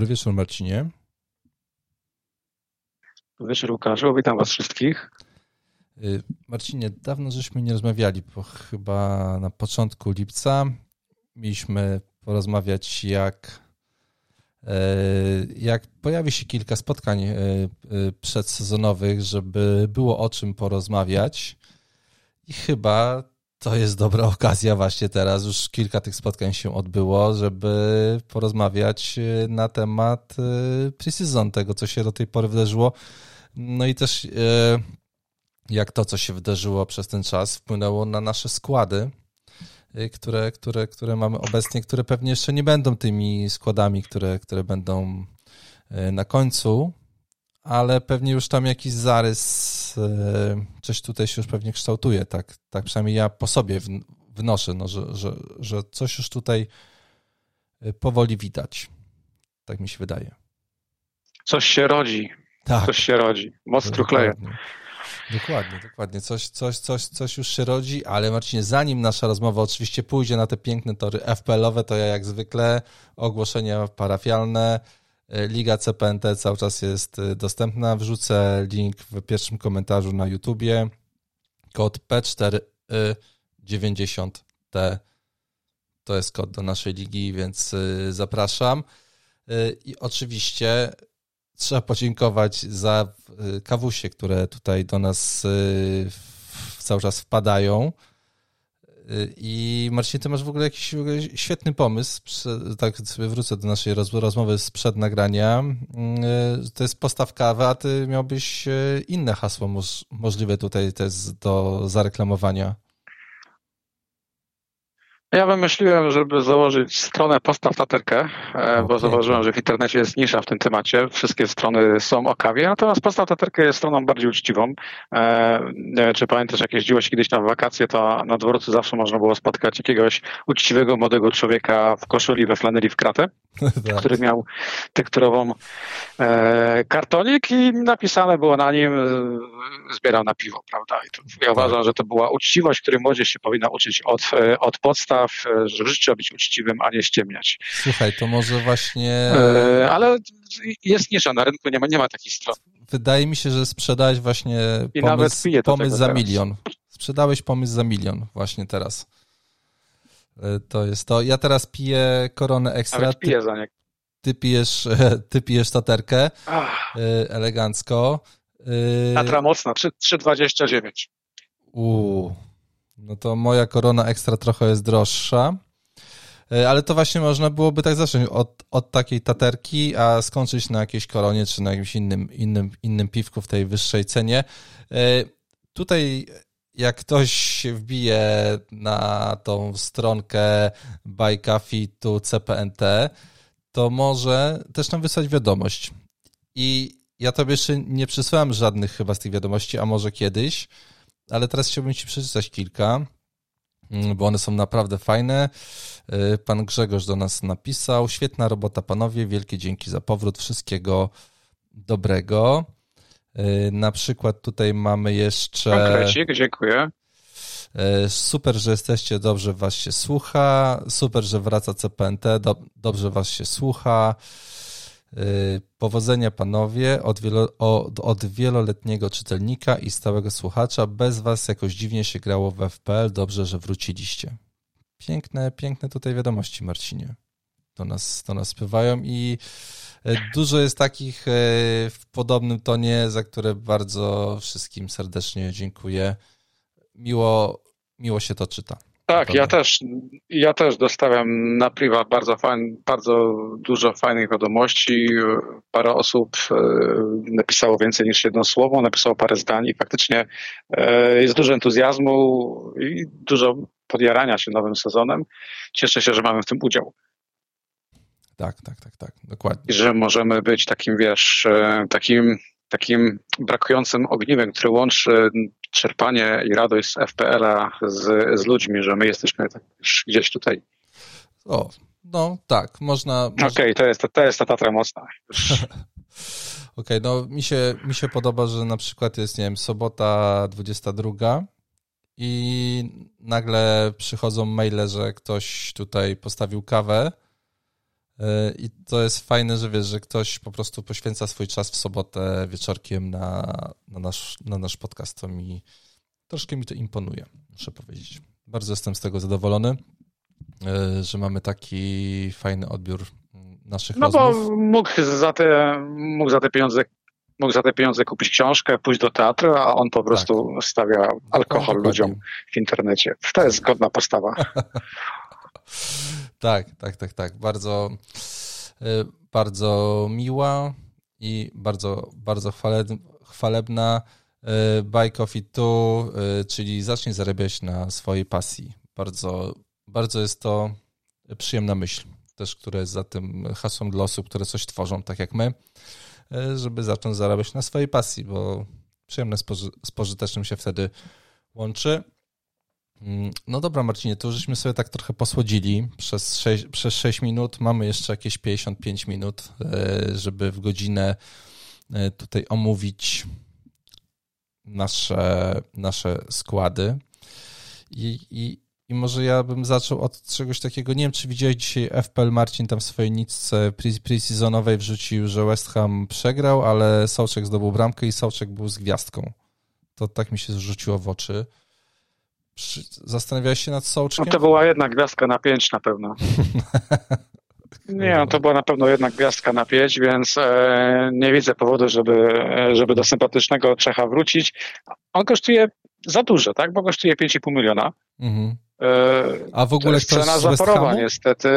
Dobry wieczór, Marcinie. Dobry wieczór, Łukaszu. Witam was wszystkich. Marcinie, dawno żeśmy nie rozmawiali, bo chyba na początku lipca mieliśmy porozmawiać, jak pojawi się kilka spotkań przedsezonowych, żeby było o czym porozmawiać. I chyba to jest dobra okazja właśnie teraz, już kilka tych spotkań się odbyło, żeby porozmawiać na temat pre-season, tego, co się do tej pory wydarzyło. No i też jak to, co się wydarzyło przez ten czas, wpłynęło na nasze składy, które mamy obecnie, które pewnie jeszcze nie będą tymi składami, które będą na końcu, ale pewnie już tam jakiś zarys, coś tutaj się już pewnie kształtuje, tak przynajmniej ja po sobie wnoszę, no, że coś już tutaj powoli widać. Tak mi się wydaje. Coś się rodzi. Tak. Coś się rodzi. Moc truchleje. Dokładnie. Coś już się rodzi, ale Marcinie, zanim nasza rozmowa oczywiście pójdzie na te piękne tory FPL-owe, to ja jak zwykle ogłoszenia parafialne. Liga CPNT cały czas jest dostępna. Wrzucę link w pierwszym komentarzu na YouTubie. Kod P4Y90T to jest kod do naszej ligi, więc zapraszam. I oczywiście trzeba podziękować za kawusie, które tutaj do nas cały czas wpadają. I Marcin, ty masz w ogóle jakiś świetny pomysł, tak sobie wrócę do naszej rozmowy sprzed nagrania. To jest postaw kawę, a ty miałbyś inne hasło możliwe tutaj też do zareklamowania. Ja wymyśliłem, żeby założyć stronę Postaw Taterkę, bo zauważyłem, że w internecie jest nisza w tym temacie. Wszystkie strony są o kawie, natomiast Postaw Taterkę jest stroną bardziej uczciwą. Nie wiem, czy pamiętasz, jak jeździłeś kiedyś na wakacje, to na dworcu zawsze można było spotkać jakiegoś uczciwego, młodego człowieka w koszuli, we flaneli, w kratę, tak, który miał tekturową kartonik i napisane było na nim zbierał na piwo, prawda? Ja uważam, że to była uczciwość, której młodzież się powinna uczyć od podstaw, że w życiu trzeba być uczciwym, a nie ściemniać. Słuchaj, to może właśnie... Ale jest nisza na rynku, nie ma takich stron. Wydaje mi się, że sprzedałeś właśnie pomysł za milion. Sprzedałeś pomysł za milion właśnie teraz. To jest to. Ja teraz piję Koronę Ekstra. Nawet piję za nie. Ty pijesz taterkę elegancko. Tatra mocna, 3,29. No to moja Korona Ekstra trochę jest droższa, ale to właśnie można byłoby tak zacząć od takiej taterki, a skończyć na jakiejś Koronie, czy na jakimś innym piwku w tej wyższej cenie. Tutaj jak ktoś się wbije na tą stronkę Buy Coffee to CPNT, to może też nam wysłać wiadomość. I ja tobie jeszcze nie przysłałem żadnych chyba z tych wiadomości, a może kiedyś, ale teraz chciałbym ci przeczytać kilka, bo one są naprawdę fajne. Pan Grzegorz do nas napisał: świetna robota panowie, wielkie dzięki za powrót, wszystkiego dobrego. Na przykład tutaj mamy jeszcze... Konkrecik, dziękuję. Super, że jesteście, dobrze was się słucha. Super, że wraca CPNT, dobrze was się słucha. Powodzenia panowie, od wieloletniego czytelnika i stałego słuchacza. Bez was jakoś dziwnie się grało w FPL. Dobrze, że wróciliście. Piękne tutaj wiadomości, Marcinie. Do nas spływają i dużo jest takich w podobnym tonie, za które bardzo wszystkim serdecznie dziękuję. Miło się to czyta. Tak, ja też dostałem na priwa bardzo dużo fajnych wiadomości. Parę osób napisało więcej niż jedno słowo, napisało parę zdań i faktycznie jest dużo entuzjazmu i dużo podjarania się nowym sezonem. Cieszę się, że mamy w tym udział. Tak, dokładnie. I że możemy być takim, takim brakującym ogniwem, który łączy czerpanie i radość z FPL-a z ludźmi, że my jesteśmy gdzieś tutaj. No tak, można... Okej, to jest ta Tatra mocna. Okej, no mi się podoba, że na przykład jest, nie wiem, sobota 22 i nagle przychodzą maile, że ktoś tutaj postawił kawę I to jest fajne, że wiesz, że ktoś po prostu poświęca swój czas w sobotę wieczorkiem na nasz podcast. Troszkę mi to imponuje, muszę powiedzieć. Bardzo jestem z tego zadowolony, że mamy taki fajny odbiór naszych rozmów. Bo mógł za te pieniądze kupić książkę, pójść do teatru, a on po prostu stawia alkohol Dokładnie. ludziom w internecie. To jest godna postawa. Tak. Bardzo, bardzo miła i bardzo, bardzo chwalebna. Buy Coffee Too, czyli zacznij zarabiać na swojej pasji. Bardzo, bardzo jest to przyjemna myśl, też, która jest za tym hasłem dla osób, które coś tworzą, tak jak my, żeby zacząć zarabiać na swojej pasji, bo przyjemne z pożytecznym się wtedy łączy. No dobra, Marcinie, to żeśmy sobie tak trochę posłodzili przez 6 minut. Mamy jeszcze jakieś 55 minut, żeby w godzinę tutaj omówić nasze składy. I może ja bym zaczął od czegoś takiego. Nie wiem, czy widziałeś dzisiaj FPL Marcin tam w swojej nitce pre-seasonowej wrzucił, że West Ham przegrał, ale Souček zdobył bramkę i Souček był z gwiazdką. To tak mi się zrzuciło w oczy. Zastanawiałeś się nad Součkiem? No to była jedna gwiazdka na 5 na pewno. Nie, to była na pewno jedna gwiazdka na 5, więc nie widzę powodu, żeby do sympatycznego Czecha wrócić. On kosztuje za dużo, tak? Bo kosztuje 5,5 miliona. Mhm. A w ogóle to jest cena zaporowa, niestety.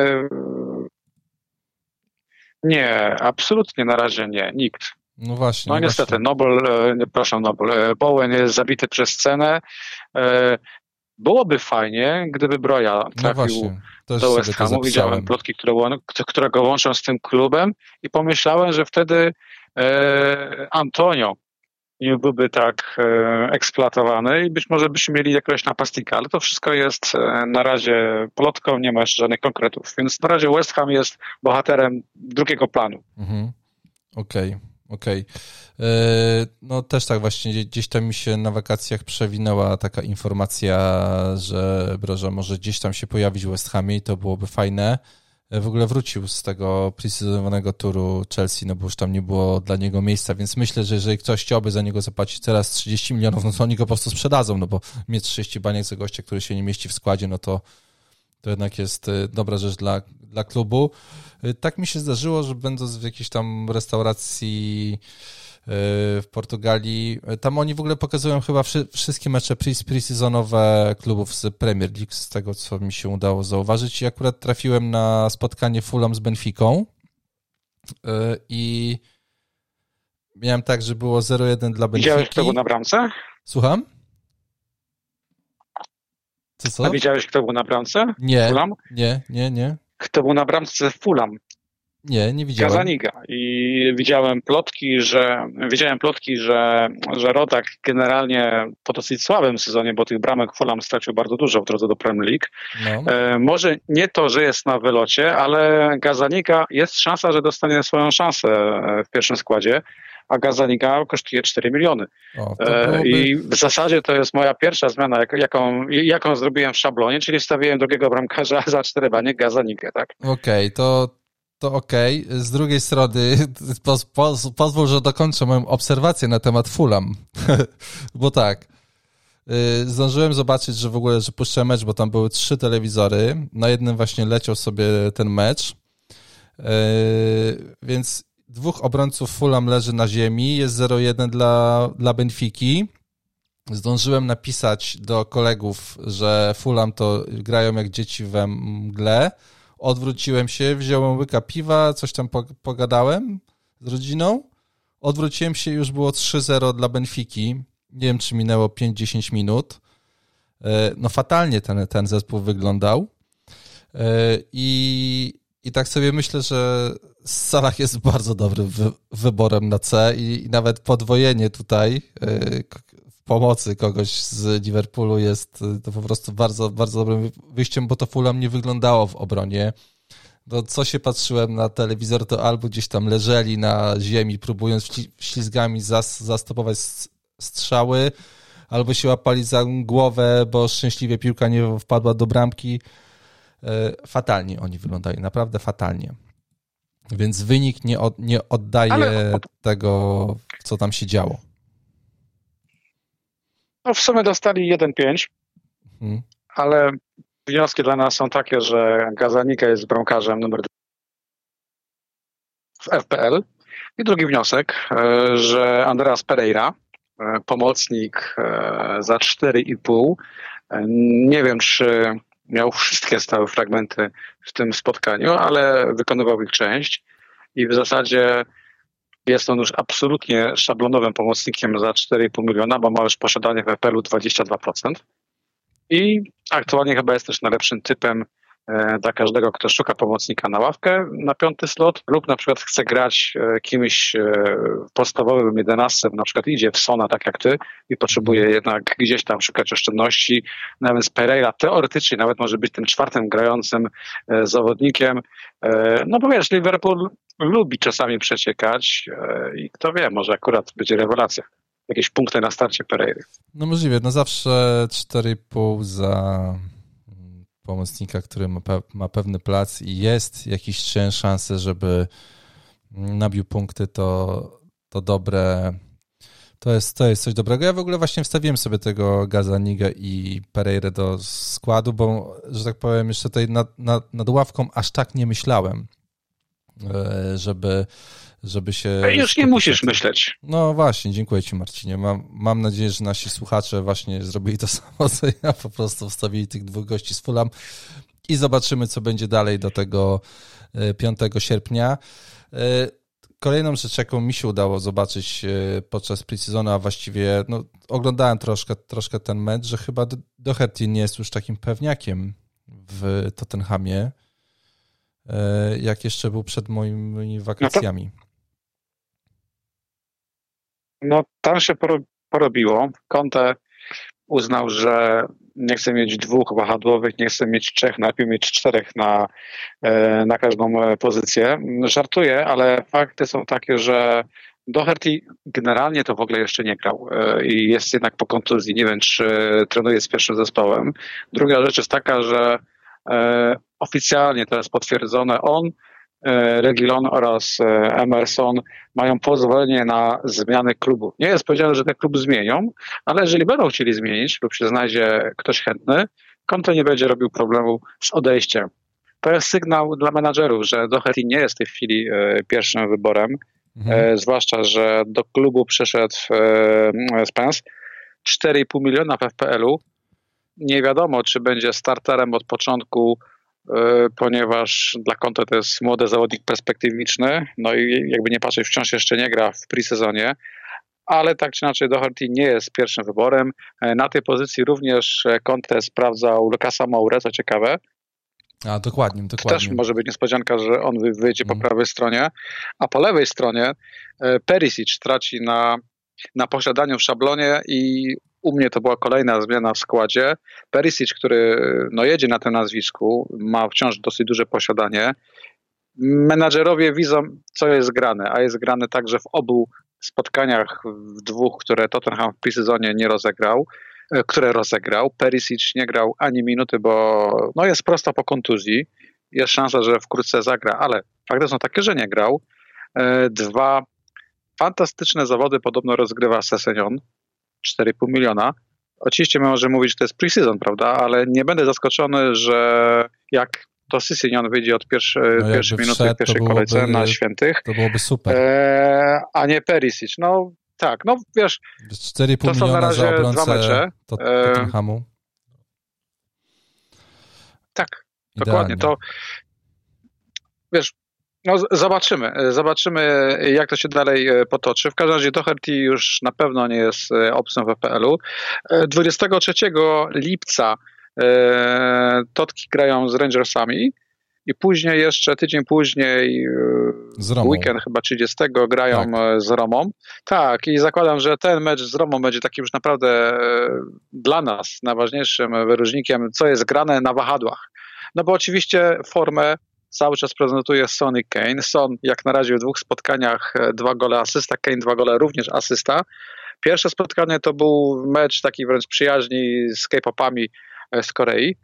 Nie, absolutnie na razie nie, nikt. No właśnie. No niestety, Bowen jest zabity przez cenę. Byłoby fajnie, gdyby Broja trafił do West Hamu. Widziałem plotki, które go łączą z tym klubem i pomyślałem, że wtedy Antonio nie byłby tak eksploatowany i być może byśmy mieli jakiegoś napastnika, ale to wszystko jest na razie plotką, nie ma jeszcze żadnych konkretów. Więc na razie West Ham jest bohaterem drugiego planu. Mhm. Okej. No też tak właśnie gdzieś tam mi się na wakacjach przewinęła taka informacja, że Broża może gdzieś tam się pojawić w West Hamie i to byłoby fajne. W ogóle wrócił z tego preseasonowanego turu Chelsea, no bo już tam nie było dla niego miejsca, więc myślę, że jeżeli ktoś chciałby za niego zapłacić teraz 30 milionów, no to oni go po prostu sprzedadzą, no bo mieć 30 baniek za gościa, który się nie mieści w składzie, no to jednak jest dobra rzecz dla klubu. Tak mi się zdarzyło, że będąc w jakiejś tam restauracji w Portugalii, tam oni w ogóle pokazują chyba wszystkie mecze pre-seasonowe klubów z Premier League, z tego co mi się udało zauważyć i akurat trafiłem na spotkanie Fulham z Benficą i miałem tak, że było 0-1 dla Benfiki. Widziałeś, kto był na bramce? Słucham? Co? A widziałeś, kto był na bramce? Nie, Fulham? Nie. Kto był na bramce Fulham? Nie widziałem. Gazzaniga. I widziałem plotki, że Rodak generalnie po dosyć słabym sezonie, bo tych bramek Fulham stracił bardzo dużo w drodze do Premier League. No. Może nie to, że jest na wylocie, ale Gazzaniga jest szansa, że dostanie swoją szansę w pierwszym składzie, a Gazzaniga kosztuje 4 miliony. I w zasadzie to jest moja pierwsza zmiana, jaką zrobiłem w szablonie, czyli wstawiłem drugiego bramkarza za 4 banie Gazzanigę, tak? Okej, to okej. Z drugiej strony pozwól, że dokończę moją obserwację na temat Fulham. Bo tak, zdążyłem zobaczyć, że w ogóle, że puszczę mecz, bo tam były 3 telewizory. Na jednym właśnie leciał sobie ten mecz. Więc 2 obrońców Fulham leży na ziemi. Jest 0-1 dla Benfiki. Zdążyłem napisać do kolegów, że Fulham to grają jak dzieci we mgle. Odwróciłem się, wziąłem łyka piwa, coś tam pogadałem z rodziną. Odwróciłem się i już było 3-0 dla Benfiki. Nie wiem, czy minęło 5-10 minut. No fatalnie ten zespół wyglądał. I tak sobie myślę, że Salah jest bardzo dobrym wyborem na C i nawet podwojenie tutaj w pomocy kogoś z Liverpoolu jest to po prostu bardzo, bardzo dobrym wyjściem, bo to Fulham nie wyglądało w obronie. No, co się patrzyłem na telewizor, to albo gdzieś tam leżeli na ziemi, próbując ślizgami zastopować strzały, albo się łapali za głowę, bo szczęśliwie piłka nie wpadła do bramki. Fatalnie oni wyglądali, naprawdę fatalnie. Więc wynik nie oddaje tego, co tam się działo. No w sumie dostali 1-5, ale wnioski dla nas są takie, że Gazzaniga jest bramkarzem numer 2 w FPL. I drugi wniosek, że Andreas Pereira, pomocnik za 4,5, nie wiem, czy miał wszystkie stałe fragmenty w tym spotkaniu, ale wykonywał ich część i w zasadzie jest on już absolutnie szablonowym pomocnikiem za 4,5 miliona, bo ma już posiadanie w FPL-u 22%. I aktualnie chyba jest też najlepszym typem dla każdego, kto szuka pomocnika na ławkę na 5. slot lub na przykład chce grać kimś podstawowym 11, na przykład idzie w Sona tak jak ty i potrzebuje jednak gdzieś tam szukać oszczędności. Nawet Pereira teoretycznie nawet może być tym 4. grającym zawodnikiem. No bo wiesz, Liverpool lubi czasami przeciekać i kto wie, może akurat będzie rewelacja. Jakieś punkty na starcie Pereiry. No możliwe, no zawsze 4,5 za pomocnika, który ma pewny plac i jest jakiś szanse, żeby nabił punkty, to dobre. To jest coś dobrego. Ja w ogóle właśnie wstawiłem sobie tego Gazzanigę i Pereirę do składu, bo, że tak powiem, jeszcze tutaj nad ławką aż tak nie myślałem, żeby się... Już nie musisz myśleć. No właśnie, dziękuję Ci, Marcinie. Mam nadzieję, że nasi słuchacze właśnie zrobili to samo, co ja, po prostu wstawili tych 2 gości z Fulham i zobaczymy, co będzie dalej do tego 5 sierpnia. Kolejną rzecz, jaką mi się udało zobaczyć podczas pre-sezonu, a właściwie oglądałem troszkę ten mecz, że chyba Doherty nie jest już takim pewniakiem w Tottenhamie, jak jeszcze był przed moimi wakacjami. No tam się porobiło. Conte uznał, że nie chce mieć 2 wahadłowych, nie chce mieć 3, najlepiej mieć 4 na każdą pozycję. Żartuję, ale fakty są takie, że Doherty generalnie to w ogóle jeszcze nie grał i jest jednak po kontuzji. Nie wiem, czy trenuje z pierwszym zespołem. Druga rzecz jest taka, że oficjalnie to jest potwierdzone, Reguilon oraz Emerson mają pozwolenie na zmianę klubu. Nie jest powiedziane, że ten klub zmienią, ale jeżeli będą chcieli zmienić lub się znajdzie ktoś chętny, Conte nie będzie robił problemu z odejściem. To jest sygnał dla menadżerów, że Doherty nie jest w tej chwili pierwszym wyborem, zwłaszcza, że do klubu przyszedł Spence 4,5 miliona w FPL-u. Nie wiadomo, czy będzie starterem od początku, ponieważ dla Conte to jest młody zawodnik perspektywiczny, no i jakby nie patrzeć, wciąż jeszcze nie gra w pre-sezonie, ale tak czy inaczej Doherty nie jest pierwszym wyborem. Na tej pozycji również Conte sprawdzał Lucasa Mourę, co ciekawe. A, dokładnie. Też może być niespodzianka, że on wyjdzie po prawej stronie, a po lewej stronie Perisic traci na posiadaniu w szablonie i u mnie to była kolejna zmiana w składzie. Perisic, który jedzie na tym nazwisku, ma wciąż dosyć duże posiadanie. Menadżerowie widzą, co jest grane, a jest grane także w obu spotkaniach, w 2, które Tottenham w pre-sezonie nie rozegrał, które rozegrał. Perisic nie grał ani minuty, bo jest prosto po kontuzji. Jest szansa, że wkrótce zagra, ale fakty są takie, że nie grał. 2 fantastyczne zawody podobno rozgrywa Sessegnon, 4,5 miliona. Oczywiście możemy mówić, że to jest pre-season, prawda, ale nie będę zaskoczony, że jak to Sessegnon wyjdzie od pierwszej minuty w pierwszej kolejce na świętych. To byłoby super. A nie Perisic. No tak, wiesz, 4,5 to są na razie 2 mecze. Tottenhamu. Tak, idealnie. Dokładnie. To wiesz, zobaczymy jak to się dalej potoczy. W każdym razie Doherty już na pewno nie jest opcją w FPL-u. 23 lipca Totki grają z Rangersami i później jeszcze, tydzień później, weekend chyba 30 grają z Romą. Tak, i zakładam, że ten mecz z Romą będzie takim już naprawdę dla nas najważniejszym wyróżnikiem, co jest grane na wahadłach. No bo oczywiście formę cały czas prezentuje Son i Kane. Son jak na razie w 2 spotkaniach 2 gole asysta, Kane 2 gole również asysta. Pierwsze spotkanie to był mecz taki wręcz przyjaźni z K-popami z Korei.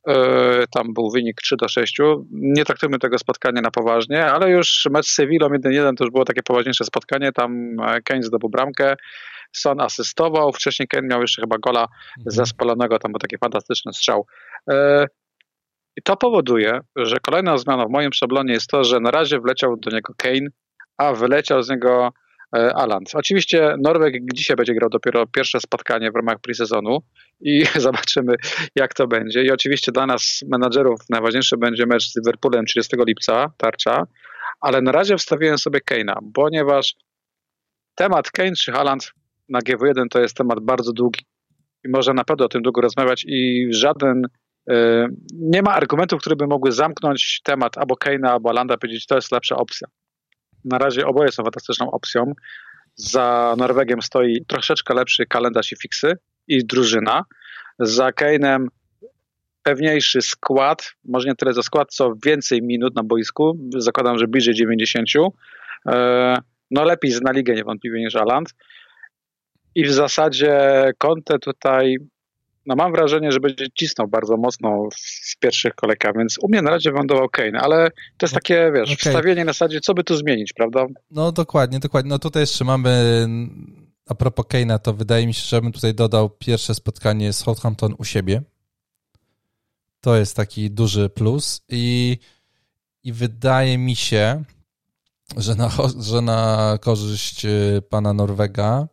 Tam był wynik 3-6. Nie traktujmy tego spotkania na poważnie, ale już mecz z Sevillą 1-1 to już było takie poważniejsze spotkanie. Tam Kane zdobył bramkę, Son asystował. Wcześniej Kane miał jeszcze chyba gola ze spalonego, tam był taki fantastyczny strzał. I to powoduje, że kolejna zmiana w moim szablonie jest to, że na razie wleciał do niego Kane, a wyleciał z niego Haaland. Oczywiście Norweg dzisiaj będzie grał dopiero pierwsze spotkanie w ramach pre-sezonu i zobaczymy, jak to będzie. I oczywiście dla nas, menadżerów, najważniejszy będzie mecz z Liverpoolem 30 lipca, tarcza, ale na razie wstawiłem sobie Kane'a, ponieważ temat Kane czy Haaland na GW1 to jest temat bardzo długi i można naprawdę o tym długo rozmawiać i nie ma argumentów, które by mogły zamknąć temat albo Kane'a, albo Haalanda, powiedzieć, to jest lepsza opcja. Na razie oboje są fantastyczną opcją. Za Norwegiem stoi troszeczkę lepszy kalendarz i fiksy i drużyna. Za Kane'em pewniejszy skład, może nie tyle za skład, co więcej minut na boisku. Zakładam, że bliżej 90. No lepiej zna ligę niewątpliwie niż Haaland. I w zasadzie Conte tutaj, no mam wrażenie, że będzie cisnął bardzo mocno w pierwszych kolejkach, więc u mnie na razie wylądował Kane, ale to jest takie, wiesz, wstawienie na zasadzie, co by tu zmienić, prawda? No dokładnie. No tutaj jeszcze mamy, a propos Kane'a, to wydaje mi się, że bym tutaj dodał pierwsze spotkanie z Southampton u siebie. To jest taki duży plus i wydaje mi się, że na korzyść pana Norwega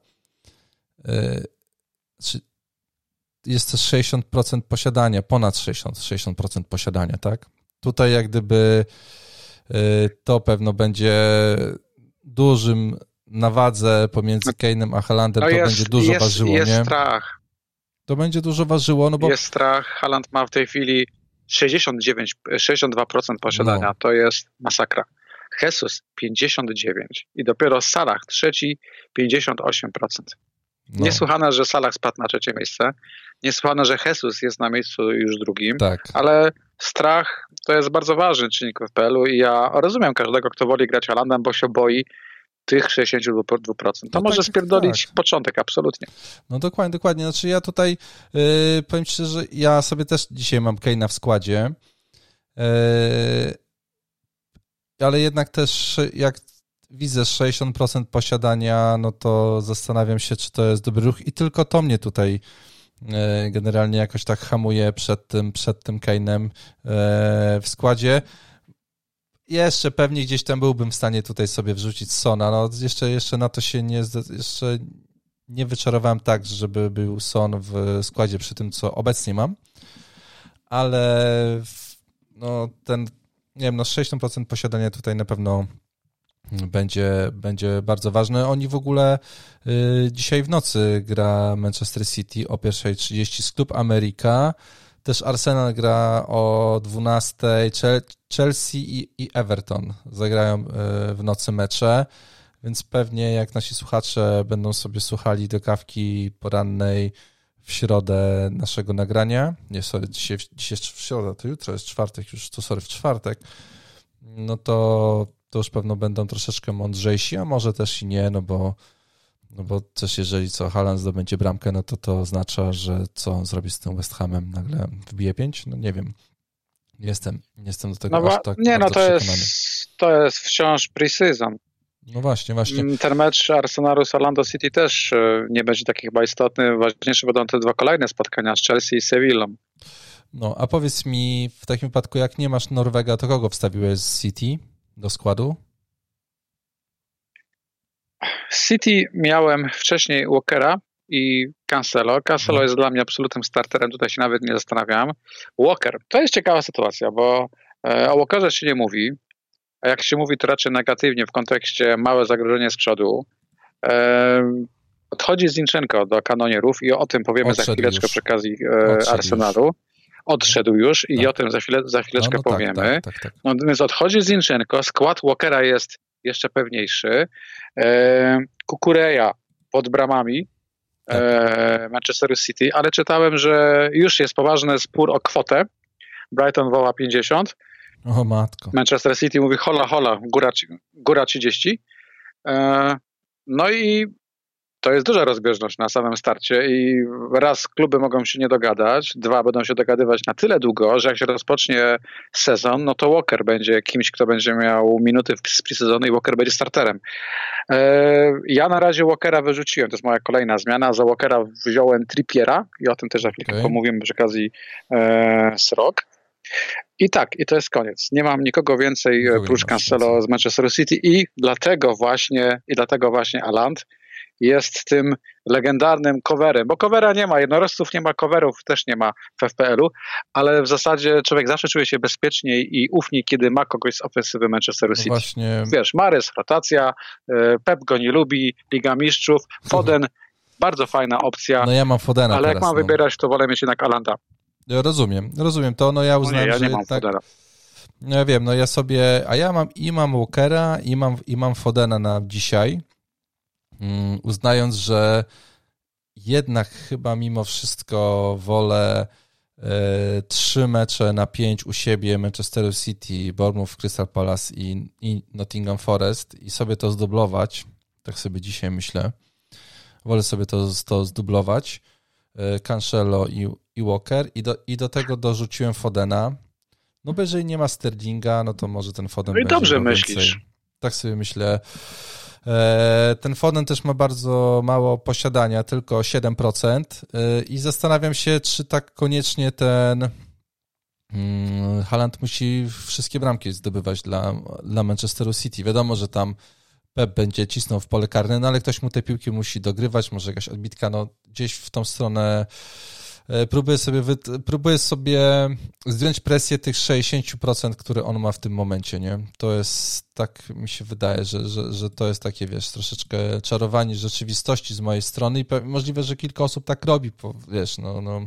jest też 60% posiadania, ponad 60% posiadania, tak? Tutaj jak gdyby to pewno będzie dużym na wadze pomiędzy Kane'em a Haalandem, to będzie dużo ważyło, jest nie? Strach. To będzie dużo ważyło, no bo... Jest strach, Haaland ma w tej chwili 62% posiadania, no. To jest masakra. Jesus 59% i dopiero Salah trzeci 58%. No. Niesłychane, że Salah spadł na trzecie miejsce. Niesłychane, że Jesus jest na miejscu już drugim. Tak. Ale strach to jest bardzo ważny czynnik w FPL-u i ja rozumiem każdego, kto woli grać Haalandem, bo się boi tych 62%. To no może tak, spierdolić początek, absolutnie. No dokładnie. Znaczy ja tutaj powiem ci, że ja sobie też dzisiaj mam Kane'a w składzie, ale jednak też jak widzę 60% posiadania, no to zastanawiam się, czy to jest dobry ruch i tylko to mnie tutaj generalnie jakoś tak hamuje przed tym Kane'em w składzie. Jeszcze pewnie gdzieś tam byłbym w stanie tutaj sobie wrzucić Sona, no jeszcze na to się jeszcze nie wyczarowałem tak, żeby był Son w składzie przy tym, co obecnie mam, ale no ten, nie wiem, no 60% posiadania tutaj na pewno będzie bardzo ważne. Oni w ogóle dzisiaj w nocy gra Manchester City o 1:30 z Club America. Też Arsenal gra o 12:00. Chelsea i Everton zagrają w nocy mecze, więc pewnie jak nasi słuchacze będą sobie słuchali do kawki porannej w środę naszego nagrania, dzisiaj jest w środę, to jutro jest czwartek już, w czwartek, no to już pewno będą troszeczkę mądrzejsi, a może też i nie, no bo też jeżeli Haaland zdobędzie bramkę, no to oznacza, że co on zrobi z tym West Hamem, nagle wbije 5? No nie wiem. Nie jestem do tego aż tak nie, no to jest wciąż pre-season. No właśnie. Ten mecz Arsenalu z Orlando City też nie będzie taki chyba istotny. Ważniejsze będą te dwa kolejne spotkania z Chelsea i Sevillą. No, a powiedz mi, w takim wypadku, jak nie masz Norwega, to kogo wstawiłeś z City do składu? City miałem wcześniej Walkera i Cancelo. Cancelo jest dla mnie absolutnym starterem, tutaj się nawet nie zastanawiam. Walker, to jest ciekawa sytuacja, bo o Walkerze się nie mówi, a jak się mówi, to raczej negatywnie w kontekście małe zagrożenie z przodu. Odchodzi Zinchenko do kanonierów i o tym powiemy za chwileczkę już przy okazji Arsenalu. Już. Odszedł już i o tym za chwileczkę powiemy. Tak. No, więc odchodzi Zinchenko, skład Walkera jest jeszcze pewniejszy. Kukureja pod bramami Manchesteru City, ale czytałem, że już jest poważny spór o kwotę. Brighton woła 50. O matko. Manchester City mówi hola, góra 30. No i To jest duża rozbieżność na samym starcie i raz kluby mogą się nie dogadać, dwa będą się dogadywać na tyle długo, że jak się rozpocznie sezon, no to Walker będzie kimś, kto będzie miał minuty z pre-sezonu i Walker będzie starterem. Ja na razie Walkera wyrzuciłem, to jest moja kolejna zmiana. Za Walkera wziąłem Trippiera i o tym też za chwilkę pomówimy przy okazji Srok. I tak, i to jest koniec. Nie mam nikogo więcej prócz Cancelo z Manchester City i dlatego właśnie Haaland jest tym legendarnym coverem, bo covera nie ma, jednorożców nie ma, coverów też nie ma w FPL-u, ale w zasadzie człowiek zawsze czuje się bezpieczniej i ufniej, kiedy ma kogoś z ofensywy Manchesteru City. Właśnie... Wiesz, Mahrez, rotacja, Pep go nie lubi, Liga Mistrzów, Foden, bardzo fajna opcja. No ja mam Fodena ale teraz, jak mam wybierać, to wolę mieć jednak Haalanda. Ja rozumiem to, no ja uznałem, ja nie że mam jednak... Fodena. No ja wiem, no ja sobie, a ja mam Walkera i mam Fodena na dzisiaj, uznając, że jednak chyba mimo wszystko wolę 3 mecze na 5 u siebie Manchesteru City, Bournemouth, Crystal Palace i Nottingham Forest i sobie to zdublować, tak sobie dzisiaj myślę, wolę sobie to zdublować, Cancelo i Walker i do tego dorzuciłem Fodena, no bo jeżeli nie ma Sterlinga, no to może ten Foden no i będzie dobrze myślisz. Więcej. Tak sobie myślę. Ten Foden też ma bardzo mało posiadania, tylko 7% i zastanawiam się, czy tak koniecznie ten Haaland musi wszystkie bramki zdobywać dla Manchesteru City. Wiadomo, że tam Pep będzie cisnął w pole karne, no ale ktoś mu te piłki musi dogrywać, może jakaś odbitka, no gdzieś w tą stronę próbuję sobie zdjąć presję tych 60%, które on ma w tym momencie, nie? To jest, tak mi się wydaje, że to jest takie, wiesz, troszeczkę czarowanie rzeczywistości z mojej strony i możliwe, że kilka osób tak robi, wiesz, no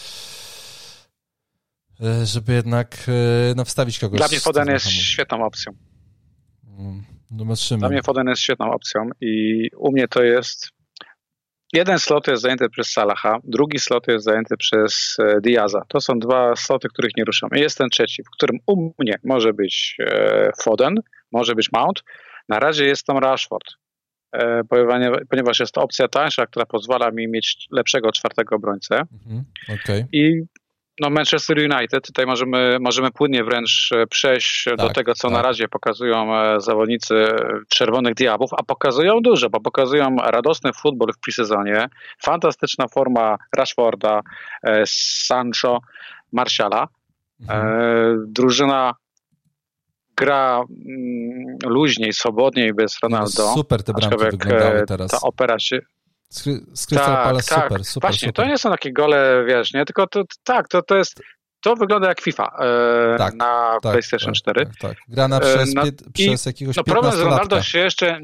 żeby jednak wstawić kogoś. Dla mnie Foden jest świetną opcją. Zobaczymy. Dla mnie Foden jest świetną opcją i u mnie to jest jeden slot jest zajęty przez Salaha, drugi slot jest zajęty przez Diaza. To są 2 sloty, których nie ruszam. I jest ten trzeci, w którym u mnie może być Foden, może być Mount. Na razie jest tam Rashford, ponieważ jest to opcja tańsza, która pozwala mi mieć lepszego 4. obrońcę. Okay. I no Manchester United, tutaj możemy płynnie wręcz przejść do tego, co na razie pokazują zawodnicy Czerwonych Diabłów, a pokazują dużo, bo pokazują radosny futbol w pre-sezonie, fantastyczna forma Rashforda, Sancho, Martiala. Drużyna gra luźniej, swobodniej bez Ronaldo. Super te bramki wyglądały teraz. Ta opera się... Z Crystal Palace super. Właśnie, to nie są takie gole, wiesz, nie? Tylko to wygląda jak FIFA na PlayStation 4. Tak. Grana przez jakiegoś 15-latka. Problem z Ronaldo się jeszcze...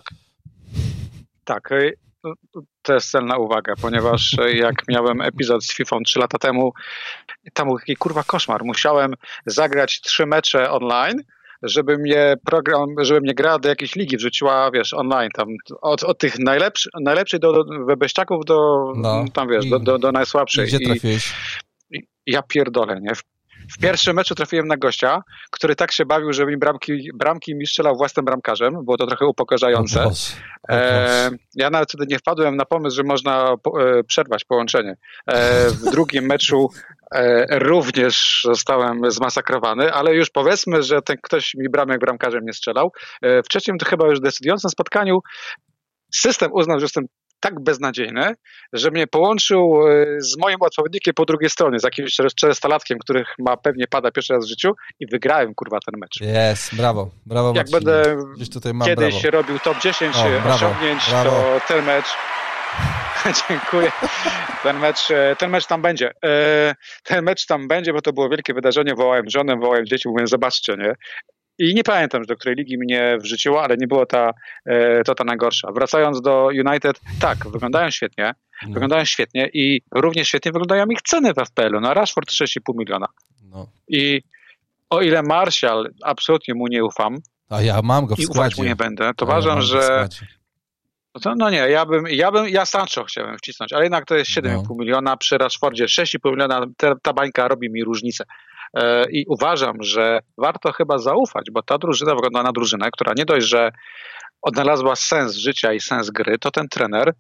Tak. To jest celna uwaga, ponieważ jak miałem epizod z FIFA 3 lata temu, tam był taki kurwa koszmar. Musiałem zagrać 3 mecze online, żeby mnie gra do jakiejś ligi wrzuciła, wiesz, online, tam od tych najlepszych do webeściaków tam wiesz, do najsłabszej. Gdzie trafiłeś? Ja pierdolę, nie? W pierwszym meczu trafiłem na gościa, który tak się bawił, że mi bramki mi strzelał własnym bramkarzem. Było to trochę upokarzające. Ja nawet wtedy nie wpadłem na pomysł, że można przerwać połączenie. W drugim meczu również zostałem zmasakrowany, ale już powiedzmy, że ten ktoś mi bramkarzem nie strzelał. W trzecim, to chyba już decydującym spotkaniu, system uznał, że jestem tak beznadziejny, że mnie połączył z moim odpowiednikiem po drugiej stronie, z jakimś 400-latkiem, których ma pewnie pada pierwszy raz w życiu i wygrałem, kurwa, ten mecz. Jest, brawo jak Marcinie. Będę tutaj mam kiedyś robił top 10 osiągnięć, to ten mecz dziękuję. Ten mecz tam będzie. Ten mecz tam będzie, bo to było wielkie wydarzenie. Wołałem żonę, wołałem dzieci, mówię, zobaczcie, nie? I nie pamiętam, do której ligi mnie wrzuciło, ale nie było ta najgorsza. Wracając do United, tak, wyglądają świetnie i równie świetnie wyglądają ich ceny w FPL-u. No Rashford 6,5 miliona. No. I o ile Martial, absolutnie mu nie ufam, a ja mam go w składzie. I ufać mu nie będę, to uważam, że... No nie, ja Sancho chciałem wcisnąć, ale jednak to jest 7,5 miliona, przy Rashfordzie 6,5 miliona, ta bańka robi mi różnicę. I uważam, że warto chyba zaufać, bo ta drużyna wygląda na drużynę, która nie dość, że odnalazła sens życia i sens gry, to ten trener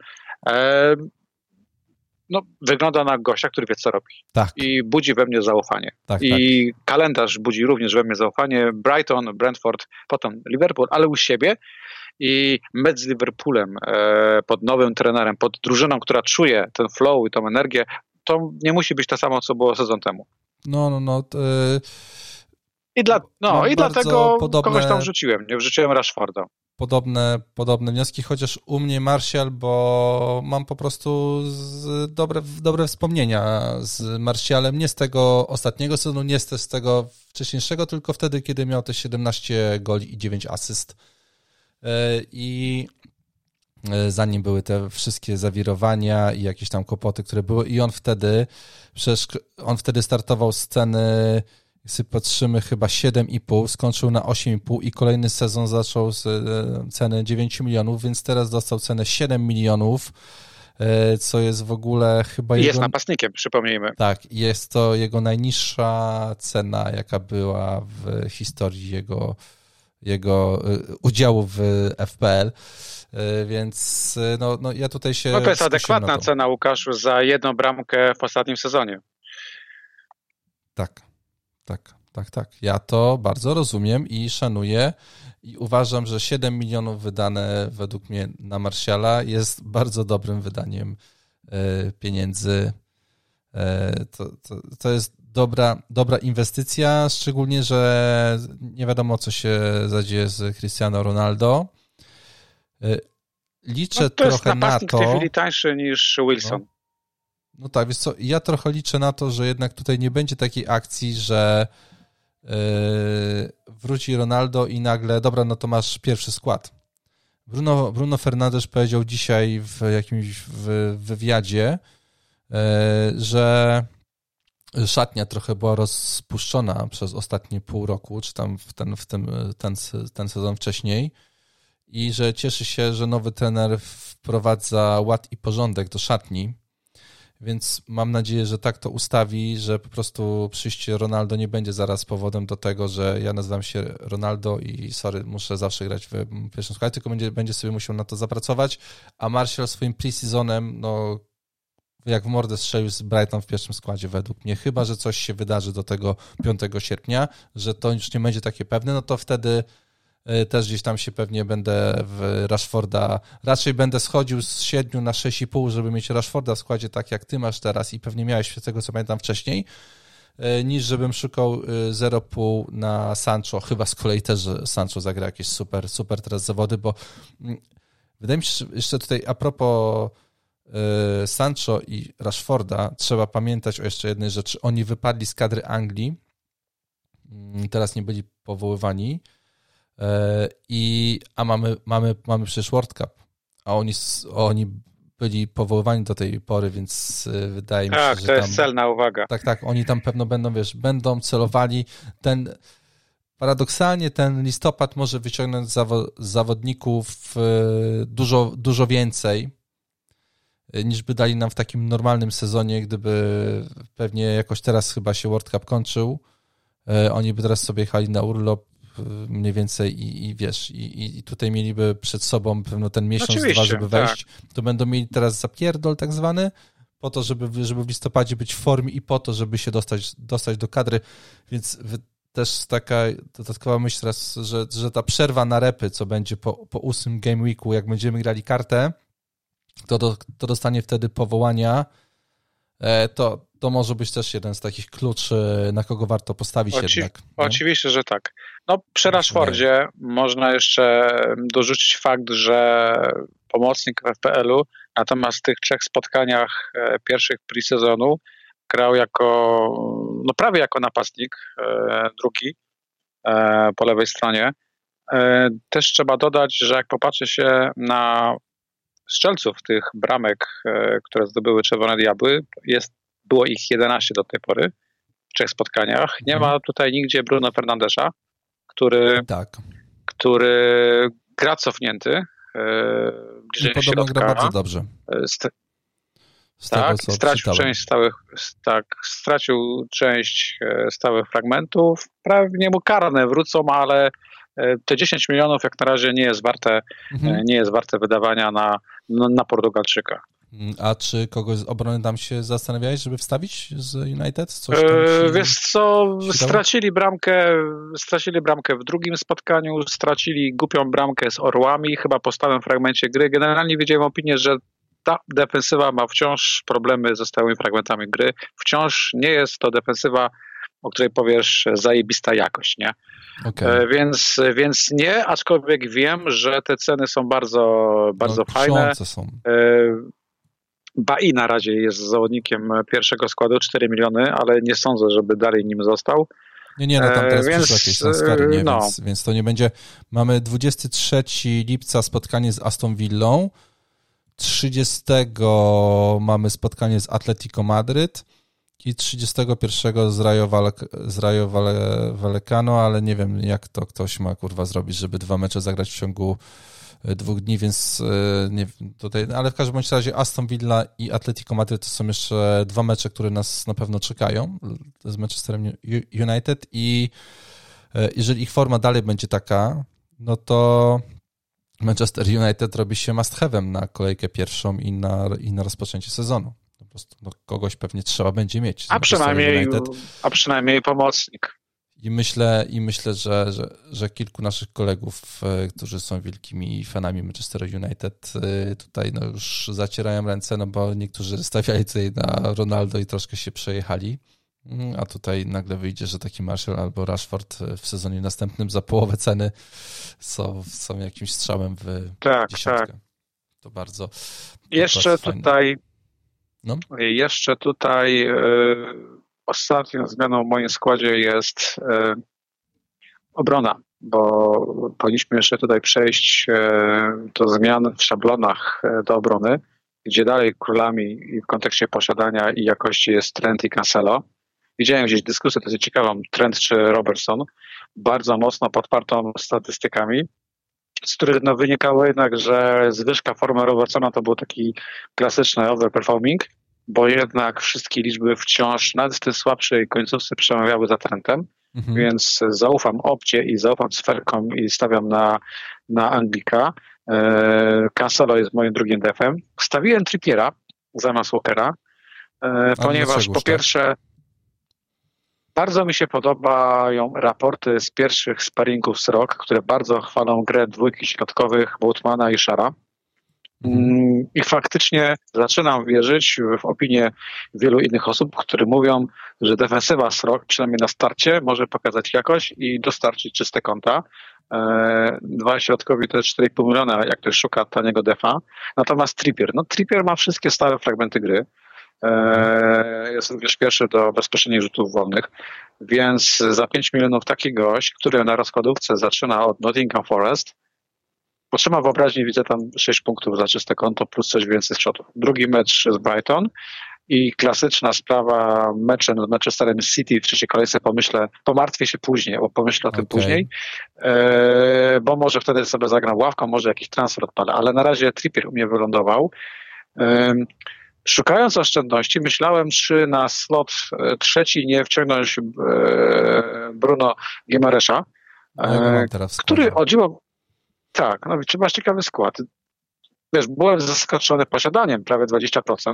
wygląda na gościa, który wie, co robi. Tak. I budzi we mnie zaufanie. Tak, I kalendarz budzi również we mnie zaufanie. Brighton, Brentford, potem Liverpool, ale u siebie. I mecz z Liverpoolem pod nowym trenerem, pod drużyną, która czuje ten flow i tą energię, to nie musi być to samo, co było sezon temu. I dlatego kogoś tam wrzuciłem. Nie wrzuciłem Rashforda. Podobne wnioski, chociaż u mnie Martial, bo mam po prostu dobre wspomnienia z Martialem, nie z tego ostatniego sezonu, nie z tego wcześniejszego, tylko wtedy, kiedy miał te 17 goli i 9 asyst. I zanim były te wszystkie zawirowania i jakieś tam kłopoty, które były, i on wtedy startował z ceny, jeśli patrzymy, chyba 7,5, skończył na 8,5 i kolejny sezon zaczął z ceny 9 milionów, więc teraz dostał cenę 7 milionów, co jest w ogóle chyba Jest napastnikiem, przypomnijmy. Tak, jest to jego najniższa cena, jaka była w historii jego udziału w FPL, więc ja tutaj się... to jest adekwatna cena, Łukasz, za jedną bramkę w ostatnim sezonie. Tak. Ja to bardzo rozumiem i szanuję i uważam, że 7 milionów wydane według mnie na Martiala jest bardzo dobrym wydaniem pieniędzy. To jest dobra inwestycja, szczególnie, że nie wiadomo, co się zadzieje z Cristiano Ronaldo. Liczę trochę na to... To jest napastnik w tej chwili tańszy niż Wilson. No tak, wiesz co, ja trochę liczę na to, że jednak tutaj nie będzie takiej akcji, że wróci Ronaldo i nagle, dobra, no to masz pierwszy skład. Bruno Fernandes powiedział dzisiaj w jakimś wywiadzie, że szatnia trochę była rozpuszczona przez ostatnie pół roku, czy tam ten sezon wcześniej, i że cieszy się, że nowy trener wprowadza ład i porządek do szatni. Więc mam nadzieję, że tak to ustawi, że po prostu przyjście Ronaldo nie będzie zaraz powodem do tego, że ja nazywam się Ronaldo i muszę zawsze grać w pierwszym składzie, tylko będzie sobie musiał na to zapracować, a Martial swoim pre-seasonem, jak w mordę strzelił z Brighton w pierwszym składzie według mnie, chyba że coś się wydarzy do tego 5 sierpnia, że to już nie będzie takie pewne, no to wtedy też gdzieś tam się pewnie będę w Rashforda, raczej będę schodził z 7 na 6,5, żeby mieć Rashforda w składzie tak jak ty masz teraz i pewnie miałeś z tego, co pamiętam wcześniej, niż żebym szukał 0,5 na Sancho, chyba z kolei też, że Sancho zagra jakieś super teraz zawody, bo wydaje mi się, że jeszcze tutaj a propos Sancho i Rashforda trzeba pamiętać o jeszcze jednej rzeczy. Oni wypadli z kadry Anglii, teraz nie byli powoływani, a mamy przecież World Cup, a oni byli powoływani do tej pory, więc wydaje mi się, że tak, to jest celna uwaga. Tak, oni tam pewno będą celowali. Paradoksalnie ten listopad może wyciągnąć z zawodników dużo więcej, niż by dali nam w takim normalnym sezonie, gdyby pewnie jakoś teraz chyba się World Cup kończył. Oni by teraz sobie jechali na urlop mniej więcej i wiesz, i tutaj mieliby przed sobą pewno ten miesiąc, dwa, żeby wejść. Tak. To będą mieli teraz zapierdol tak zwany, po to, żeby w listopadzie być w formie i po to, żeby się dostać do kadry, więc też taka dodatkowa myśl teraz, że ta przerwa na repy, co będzie po 8 game weeku, jak będziemy grali kartę, to dostanie wtedy powołania, to może być też jeden z takich kluczy, na kogo warto postawić jednak. Oczywiście, że tak. Przy Rashfordzie można jeszcze dorzucić fakt, że pomocnik w FPL-u, natomiast w tych 3 spotkaniach pierwszych pre-sezonu grał prawie jako napastnik, drugi po lewej stronie. Też trzeba dodać, że jak popatrzy się na strzelców tych bramek, które zdobyły Czerwone Diabły, było ich 11 do tej pory w 3 spotkaniach. Nie ma tutaj nigdzie Bruno Fernandesza, który gra cofnięty. Podobno gra bardzo dobrze. Stracił część stałych fragmentów. Pewnie mu karne wrócą, ale te 10 milionów jak na razie nie jest warte wydawania na Portugalczyka. A czy kogoś z obrony tam się zastanawiałeś, żeby wstawić z United? Coś tam wiesz co, stracili bramkę w drugim spotkaniu, stracili głupią bramkę z Orłami, chyba po stałym fragmencie gry. Generalnie widziałem opinię, że ta defensywa ma wciąż problemy ze stałymi fragmentami gry. Wciąż nie jest to defensywa, o której powiesz zajebista jakość, nie? Okay. Więc nie, aczkolwiek wiem, że te ceny są bardzo fajne. Są. Bailly na razie jest zawodnikiem pierwszego składu, 4 miliony, ale nie sądzę, żeby dalej nim został. Nie, no tam teraz przyszły jakieś transfery, nie? Więc to nie będzie. Mamy 23 lipca spotkanie z Aston Villą, 30 mamy spotkanie z Atletico Madryt i 31 z Rayo Vallecano, ale nie wiem, jak to ktoś ma zrobić, żeby 2 mecze zagrać w ciągu 2 dni, więc nie wiem, tutaj, ale w każdym bądź razie Aston Villa i Atletico Madryt to są jeszcze 2 mecze, które nas na pewno czekają z Manchesterem United i jeżeli ich forma dalej będzie taka, no to Manchester United robi się must have'em na kolejkę pierwszą i na rozpoczęcie sezonu. Po prostu kogoś pewnie trzeba będzie mieć. A przynajmniej pomocnik. I myślę, że kilku naszych kolegów, którzy są wielkimi fanami Manchester United, tutaj już zacierają ręce, bo niektórzy stawiali tutaj na Ronaldo i troszkę się przejechali, a tutaj nagle wyjdzie, że taki Martial albo Rashford w sezonie następnym za połowę ceny są jakimś strzałem w dziesiątkę. Tak. To bardzo Jeszcze tutaj ostatnią zmianą w moim składzie jest obrona, bo powinniśmy jeszcze tutaj przejść do zmian w szablonach do obrony, gdzie dalej królami i w kontekście posiadania i jakości jest Trent i Cancelo. Widziałem gdzieś dyskusję dosyć ciekawą, Trent czy Robertson, bardzo mocno podpartą statystykami, z których wynikało jednak, że zwyżka formy Robertsona to był taki klasyczny overperforming, bo jednak wszystkie liczby wciąż, nawet w tej słabszej końcówce, przemawiały za Trentem, więc zaufam Opcie i zaufam Sferkom i stawiam na Anglika. Cancelo jest moim drugim defem. Wstawiłem Trippiera zamiast Walkera, ponieważ po pierwsze bardzo mi się podobają raporty z pierwszych sparingów z ROK, które bardzo chwalą grę dwójki środkowych Woutmana i Shara. I faktycznie zaczynam wierzyć w opinię wielu innych osób, które mówią, że defensywa SROK, przynajmniej na starcie, może pokazać jakość i dostarczyć czyste konta. 2 środkowi to jest 4,5 miliona, jak ktoś szuka taniego defa. Natomiast Trippier ma wszystkie stałe fragmenty gry. Jest również pierwszy do bezpośrednich rzutów wolnych, więc za 5 milionów taki gość, który na rozkładówce zaczyna od Nottingham Forest, potrzeba wyobraźni, widzę tam 6 punktów za czyste konto plus coś więcej z shotów. Drugi mecz z Brighton i klasyczna sprawa meczem z Manchesterem City w trzeciej kolejce pomartwię się później, bo pomyślę o tym później, bo może wtedy sobie zagram ławką, może jakiś transfer odpalę, ale na razie Trippier u mnie wylądował. Szukając oszczędności, myślałem, czy na slot trzeci nie wciągnąć Bruno Guimaresza, który o dziwo tak, czy masz ciekawy skład. Wiesz, byłem zaskoczony posiadaniem, prawie 20%.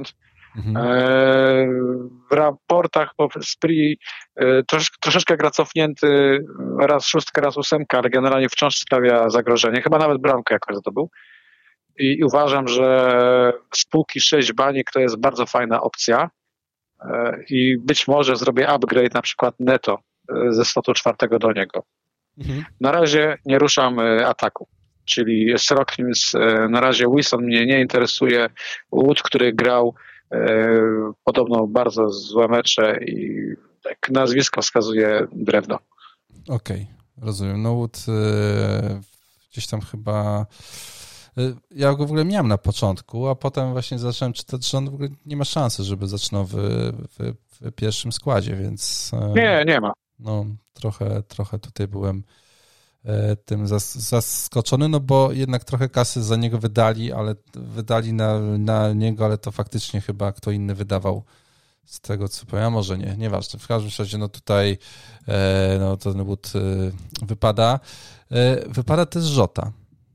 W raportach Spree troszeczkę gra cofnięty, raz 6, raz 8, ale generalnie wciąż sprawia zagrożenie. Chyba nawet bramkę jakoś zdobył. I uważam, że spółki 6 banik to jest bardzo fajna opcja i być może zrobię upgrade na przykład Neto ze slotu 4 do niego. Na razie nie ruszam ataku, czyli Srockins, na razie Wilson mnie nie interesuje, Wood, który grał podobno bardzo złe mecze i tak nazwisko wskazuje drewno. Okej, rozumiem. No Wood gdzieś tam chyba... Ja go w ogóle miałem na początku, a potem właśnie zacząłem czytać, że on w ogóle nie ma szansy, żeby zaczynał w pierwszym składzie, więc... Nie ma. No, trochę tutaj byłem tym zaskoczony, no bo jednak trochę kasy za niego wydali na niego, ale to faktycznie chyba kto inny wydawał Z tego co powiem, a może nie, nieważne. W każdym razie, no tutaj no ten but wypada. Wypada też Żota.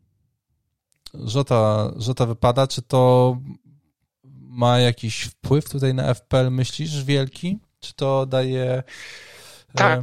Żota wypada. Czy to ma jakiś wpływ tutaj na FPL, myślisz, wielki? Czy to daje... Tak.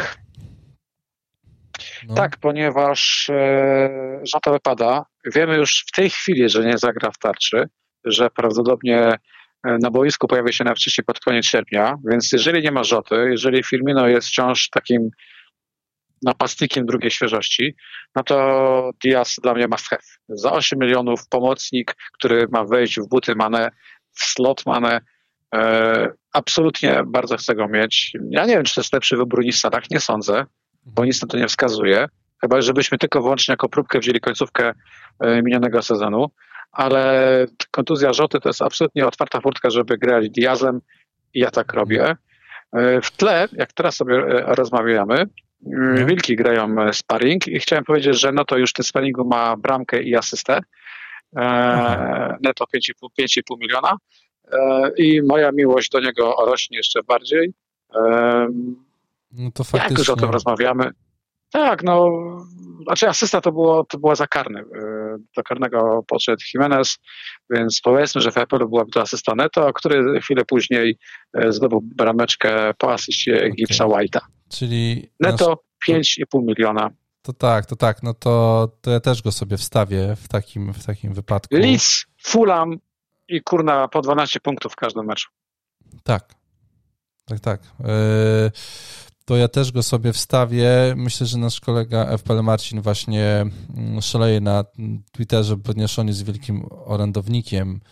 No. Tak, ponieważ Żota wypada. Wiemy już w tej chwili, że nie zagra w tarczy, że prawdopodobnie na boisku pojawi się najwcześniej pod koniec sierpnia, więc jeżeli nie ma Żoty, jeżeli Firmino jest wciąż takim napastnikiem drugiej świeżości, no to Diaz dla mnie must have. Za 8 milionów pomocnik, który ma wejść w buty Mane, w slot Mane, absolutnie bardzo chcę go mieć. Ja nie wiem, czy to jest lepszy wybór niż Salah, nie sądzę, bo nic na to nie wskazuje. Chyba, żebyśmy tylko wyłącznie jako próbkę wzięli końcówkę minionego sezonu, ale kontuzja Żoty to jest absolutnie otwarta furtka, żeby grać Diazem i ja tak robię. W tle, jak teraz sobie rozmawiamy, Wilki grają sparring i chciałem powiedzieć, że no to już w tym sparringu ma bramkę i asystę. Netto 5,5 miliona i moja miłość do niego rośnie jeszcze bardziej. No to faktycznie... Jak już o tym rozmawiamy. Tak, no, znaczy asysta to była za karny. Do karnego podszedł Jimenez, więc powiedzmy, że w FPL byłaby to asysta Netto, który chwilę później zdobył brameczkę po asyście Gibbsa White'a. Czyli Netto 5,5 miliona. To tak, no to ja też go sobie wstawię w takim wypadku. Leeds, Fulham i kurna po 12 punktów w każdym meczu. Tak. To ja też go sobie wstawię. Myślę, że nasz kolega FPL Marcin właśnie szaleje na Twitterze, ponieważ on jest wielkim orędownikiem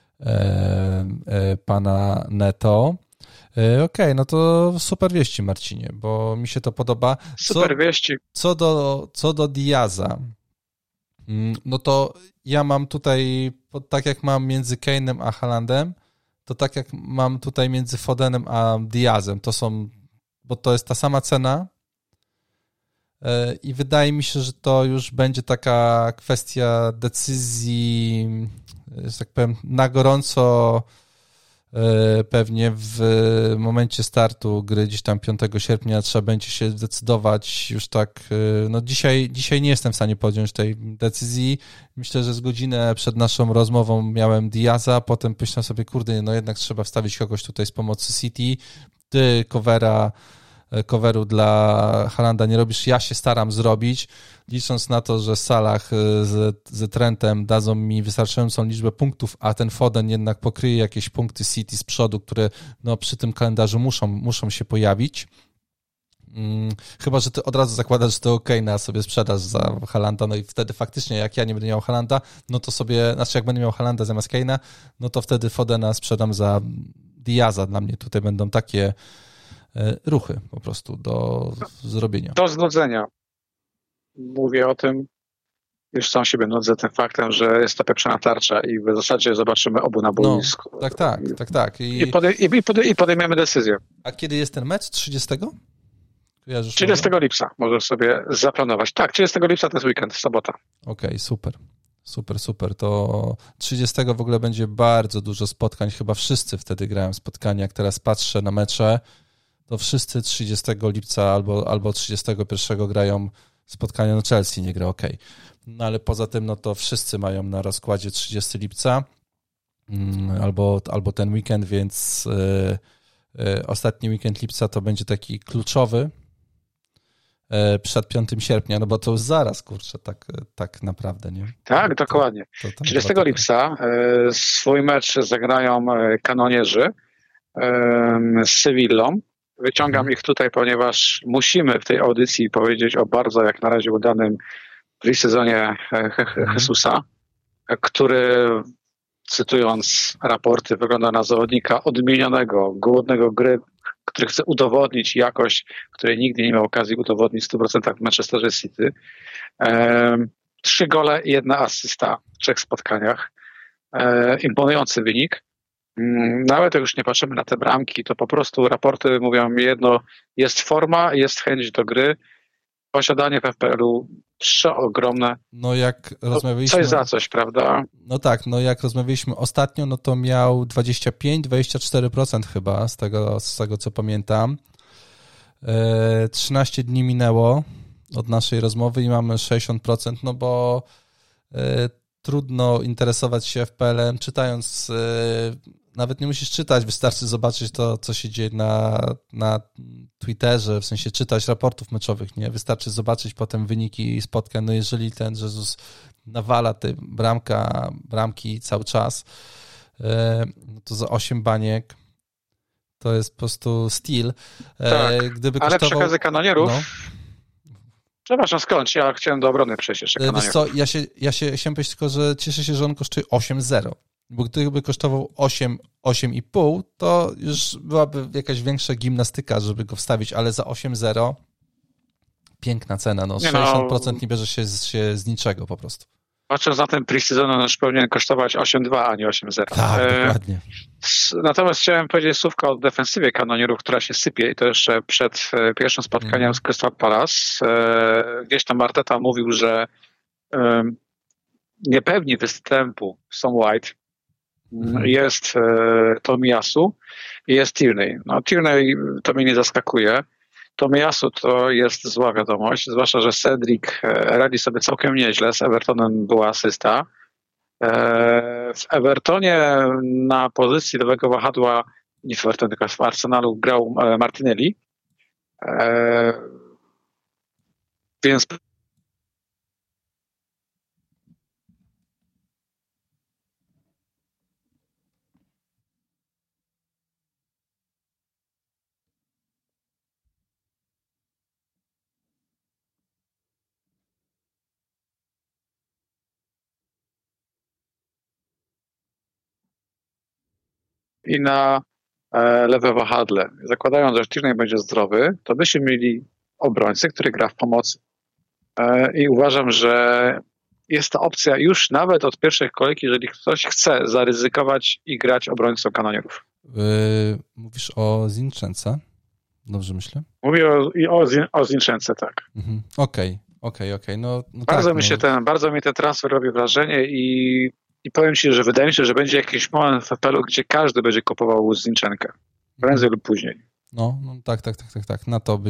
pana Netto. Okej, no to super wieści, Marcinie, bo mi się to podoba. Super wieści. Co do Diaza, no to ja mam tutaj, tak jak mam między Kane'em a Haalandem, to tak jak mam tutaj między Fodenem a Diazem. Bo to jest ta sama cena i wydaje mi się, że to już będzie taka kwestia decyzji, że tak powiem, na gorąco pewnie w momencie startu gry gdzieś tam 5 sierpnia trzeba będzie się zdecydować już tak, no dzisiaj nie jestem w stanie podjąć tej decyzji. Myślę, że z godzinę przed naszą rozmową miałem Diaza, potem myślałem sobie, kurde, no jednak trzeba wstawić kogoś tutaj z pomocy City. Ty coveru dla Haalanda nie robisz, ja się staram zrobić, licząc na to, że Salah z Trentem dadzą mi wystarczającą liczbę punktów, a ten Foden jednak pokryje jakieś punkty City z przodu, które no, przy tym kalendarzu muszą się pojawić. Chyba, że ty od razu zakładasz, że to Kane'a sobie sprzedasz za Haalanda, no i wtedy faktycznie jak ja nie będę miał Haalanda, no to sobie, znaczy jak będę miał Haalanda zamiast Kane'a, no to wtedy Fodena sprzedam za Diaza. Dla mnie tutaj będą takie ruchy po prostu do zrobienia. Do znudzenia. Mówię o tym, już sam siebie nudzę tym faktem, że jest to pieprzona tarcza i w zasadzie zobaczymy obu na boisku. No, tak. I podejmiemy decyzję. A kiedy jest ten mecz? 30? Kojarzysz 30 lipca możesz sobie zaplanować. Tak, 30 lipca to jest weekend, sobota. Okej, super. To 30 w ogóle będzie bardzo dużo spotkań. Chyba wszyscy wtedy grają spotkania. Jak teraz patrzę na mecze, to wszyscy 30 lipca albo 31 grają spotkania. No Chelsea nie gra, No ale poza tym, no to wszyscy mają na rozkładzie 30 lipca albo ten weekend, więc ostatni weekend lipca to będzie taki kluczowy przed 5 sierpnia, no bo to już zaraz, kurczę, tak naprawdę, nie? Tak, dokładnie. 30 lipca swój mecz zagrają kanonierzy z Sewillą. Wyciągam ich tutaj, ponieważ musimy w tej audycji powiedzieć o bardzo, jak na razie, udanym pre-sezonie Jesusa, który, cytując raporty, wygląda na zawodnika odmienionego, głodnego gry, który chce udowodnić jakość, której nigdy nie miał okazji udowodnić w 100% w Manchesterze City. 3 gole i 1 asysta w 3 spotkaniach. Imponujący wynik. Nawet jak już nie patrzymy na te bramki, to po prostu raporty mówią mi jedno, jest forma, jest chęć do gry posiadanie w FPL-u przeogromne. No jak rozmawialiśmy... Coś za coś, prawda? No tak, no jak rozmawialiśmy ostatnio, no to miał 25-24% chyba, z tego co pamiętam. 13 dni minęło od naszej rozmowy i mamy 60%, no bo trudno interesować się FPL-em, czytając, nawet nie musisz czytać, wystarczy zobaczyć to, co się dzieje na Twitterze, w sensie czytać raportów meczowych, nie? Wystarczy zobaczyć potem wyniki spotkań, no jeżeli ten Jesus nawala te bramki cały czas, no to za 8 baniek to jest po prostu steal. Tak, Gdyby ale kosztował... przy okazji kanonierów... No. Przepraszam, skądś, ja chciałem do obrony przejść jeszcze kanonierów. Wiesz co, ja chciałem powiedzieć tylko, że cieszę się, że on kosztuje 8,0. Bo gdyby kosztował 8,5, to już byłaby jakaś większa gimnastyka, żeby go wstawić, ale za 8,0 piękna cena, no 60% nie bierze się z niczego po prostu. Patrząc na ten pre-season, on już powinien kosztować 8,2, a nie 8,0. Tak, dokładnie. Natomiast chciałem powiedzieć słówko o defensywie kanonierów, która się sypie i to jeszcze przed pierwszym spotkaniem z Crystal Palace. Gdzieś tam Arteta mówił, że niepewni występu są White, jest Tomiyasu i jest Tierney. No Tierney to mnie nie zaskakuje. Tomiyasu to jest zła wiadomość, zwłaszcza, że Cedric radzi sobie całkiem nieźle, z Evertonem była asysta. W Evertonie na pozycji lewego wahadła, nie w Evertonie, tylko w Arsenalu grał Martinelli. Więc i na lewe wahadle. Zakładając, że Tierney będzie zdrowy, to byśmy mieli obrońcę, który gra w pomocy. I uważam, że jest to opcja już nawet od pierwszej kolejki, jeżeli ktoś chce zaryzykować i grać obrońcą kanonierów. Mówisz o Zinczence? Dobrze myślę? Mówię o Zinczence, tak. Okej. No bardzo mi ten transfer robi wrażenie i powiem Ci, że wydaje mi się, że będzie jakiś moment w FPL-u, gdzie każdy będzie kupował Zinczenkę. Prędzej lub później. No tak.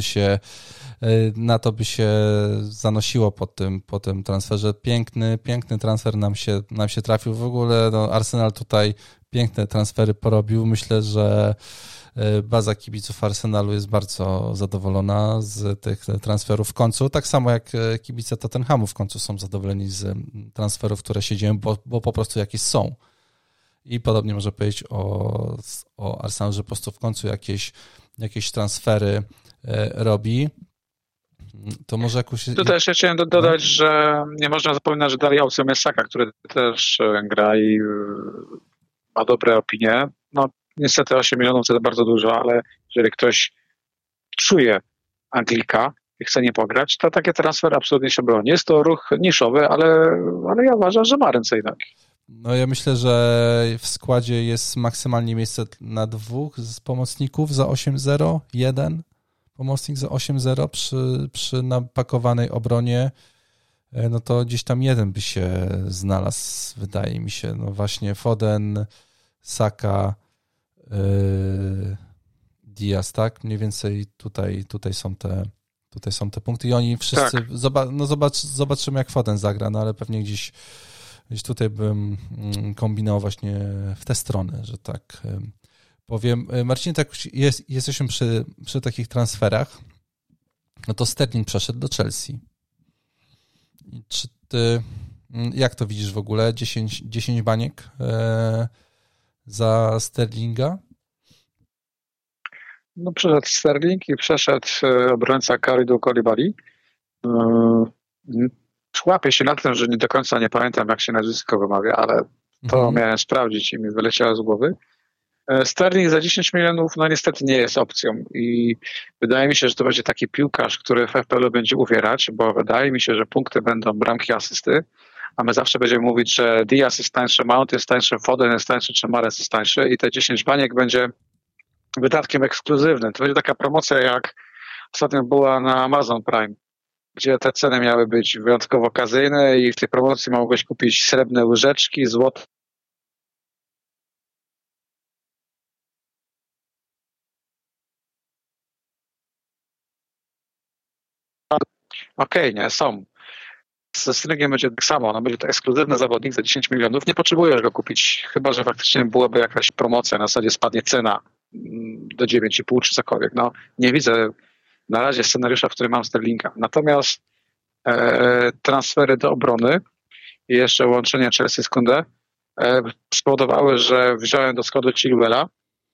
Na to by się zanosiło po tym transferze. Piękny transfer nam się trafił. W ogóle no, Arsenal tutaj piękne transfery porobił. Myślę, że baza kibiców Arsenalu jest bardzo zadowolona z tych transferów w końcu. Tak samo jak kibice Tottenhamu w końcu są zadowoleni z transferów, które się dzieją, bo po prostu jakieś są. I podobnie można powiedzieć o Arsenalu, że po prostu w końcu jakieś transfery robi. To może jakoś... Tutaj jeszcze chciałem dodać, że nie można zapominać, że dalej opcją jest Saka, który też gra i ma dobre opinie. No niestety 8 milionów to jest bardzo dużo, ale jeżeli ktoś czuje Anglika i chce nie pograć, to takie transfery absolutnie się broni. Jest to ruch niszowy, ale ja uważam, że ma ręce i nogi. No ja myślę, że w składzie jest maksymalnie miejsce na 2 z pomocników za 8-0, 1 pomocnik za 8-0 przy napakowanej obronie, no to gdzieś tam jeden by się znalazł, wydaje mi się. No właśnie Foden, Saka, Diaz, tak? Mniej więcej tutaj są te punkty i oni wszyscy, tak. Zobaczymy jak Foden zagra, no ale pewnie gdzieś tutaj bym kombinował właśnie w tę stronę, że tak powiem. Marcin, tak jesteśmy przy takich transferach, no to Sterling przeszedł do Chelsea. Czy ty, jak to widzisz w ogóle? 10 baniek za Sterlinga? No przeszedł Sterling i przeszedł obrońca Kalidou Koulibaly. Łapię się na tym, że nie do końca nie pamiętam, jak się nazwisko wymawia, ale to miałem sprawdzić i mi wyleciało z głowy. Sterling za 10 milionów, no niestety nie jest opcją i wydaje mi się, że to będzie taki piłkarz, który w FPL-u będzie uwierać, bo wydaje mi się, że punkty będą bramki, asysty, a my zawsze będziemy mówić, że Diaz jest tańszy, Mount jest tańszy, Foden jest tańszy, czy Mahrez jest tańszy i te 10 baniek będzie wydatkiem ekskluzywnym. To będzie taka promocja, jak ostatnio była na Amazon Prime. gdzie te ceny miały być wyjątkowo okazyjne i w tej promocji mogłeś kupić srebrne łyżeczki, złote. Okej, nie, są. Ze Strygiem będzie tak samo, no będzie to ekskluzywny zawodnik za 10 milionów, nie potrzebujesz go kupić, chyba że faktycznie byłaby jakaś promocja, na zasadzie spadnie cena do 9,5 czy cokolwiek. No, nie widzę na razie scenariusza, w którym mam Sterlinga. Natomiast transfery do obrony i jeszcze łączenie Chelsea z Koundé spowodowały, że wziąłem do składu Chilwella.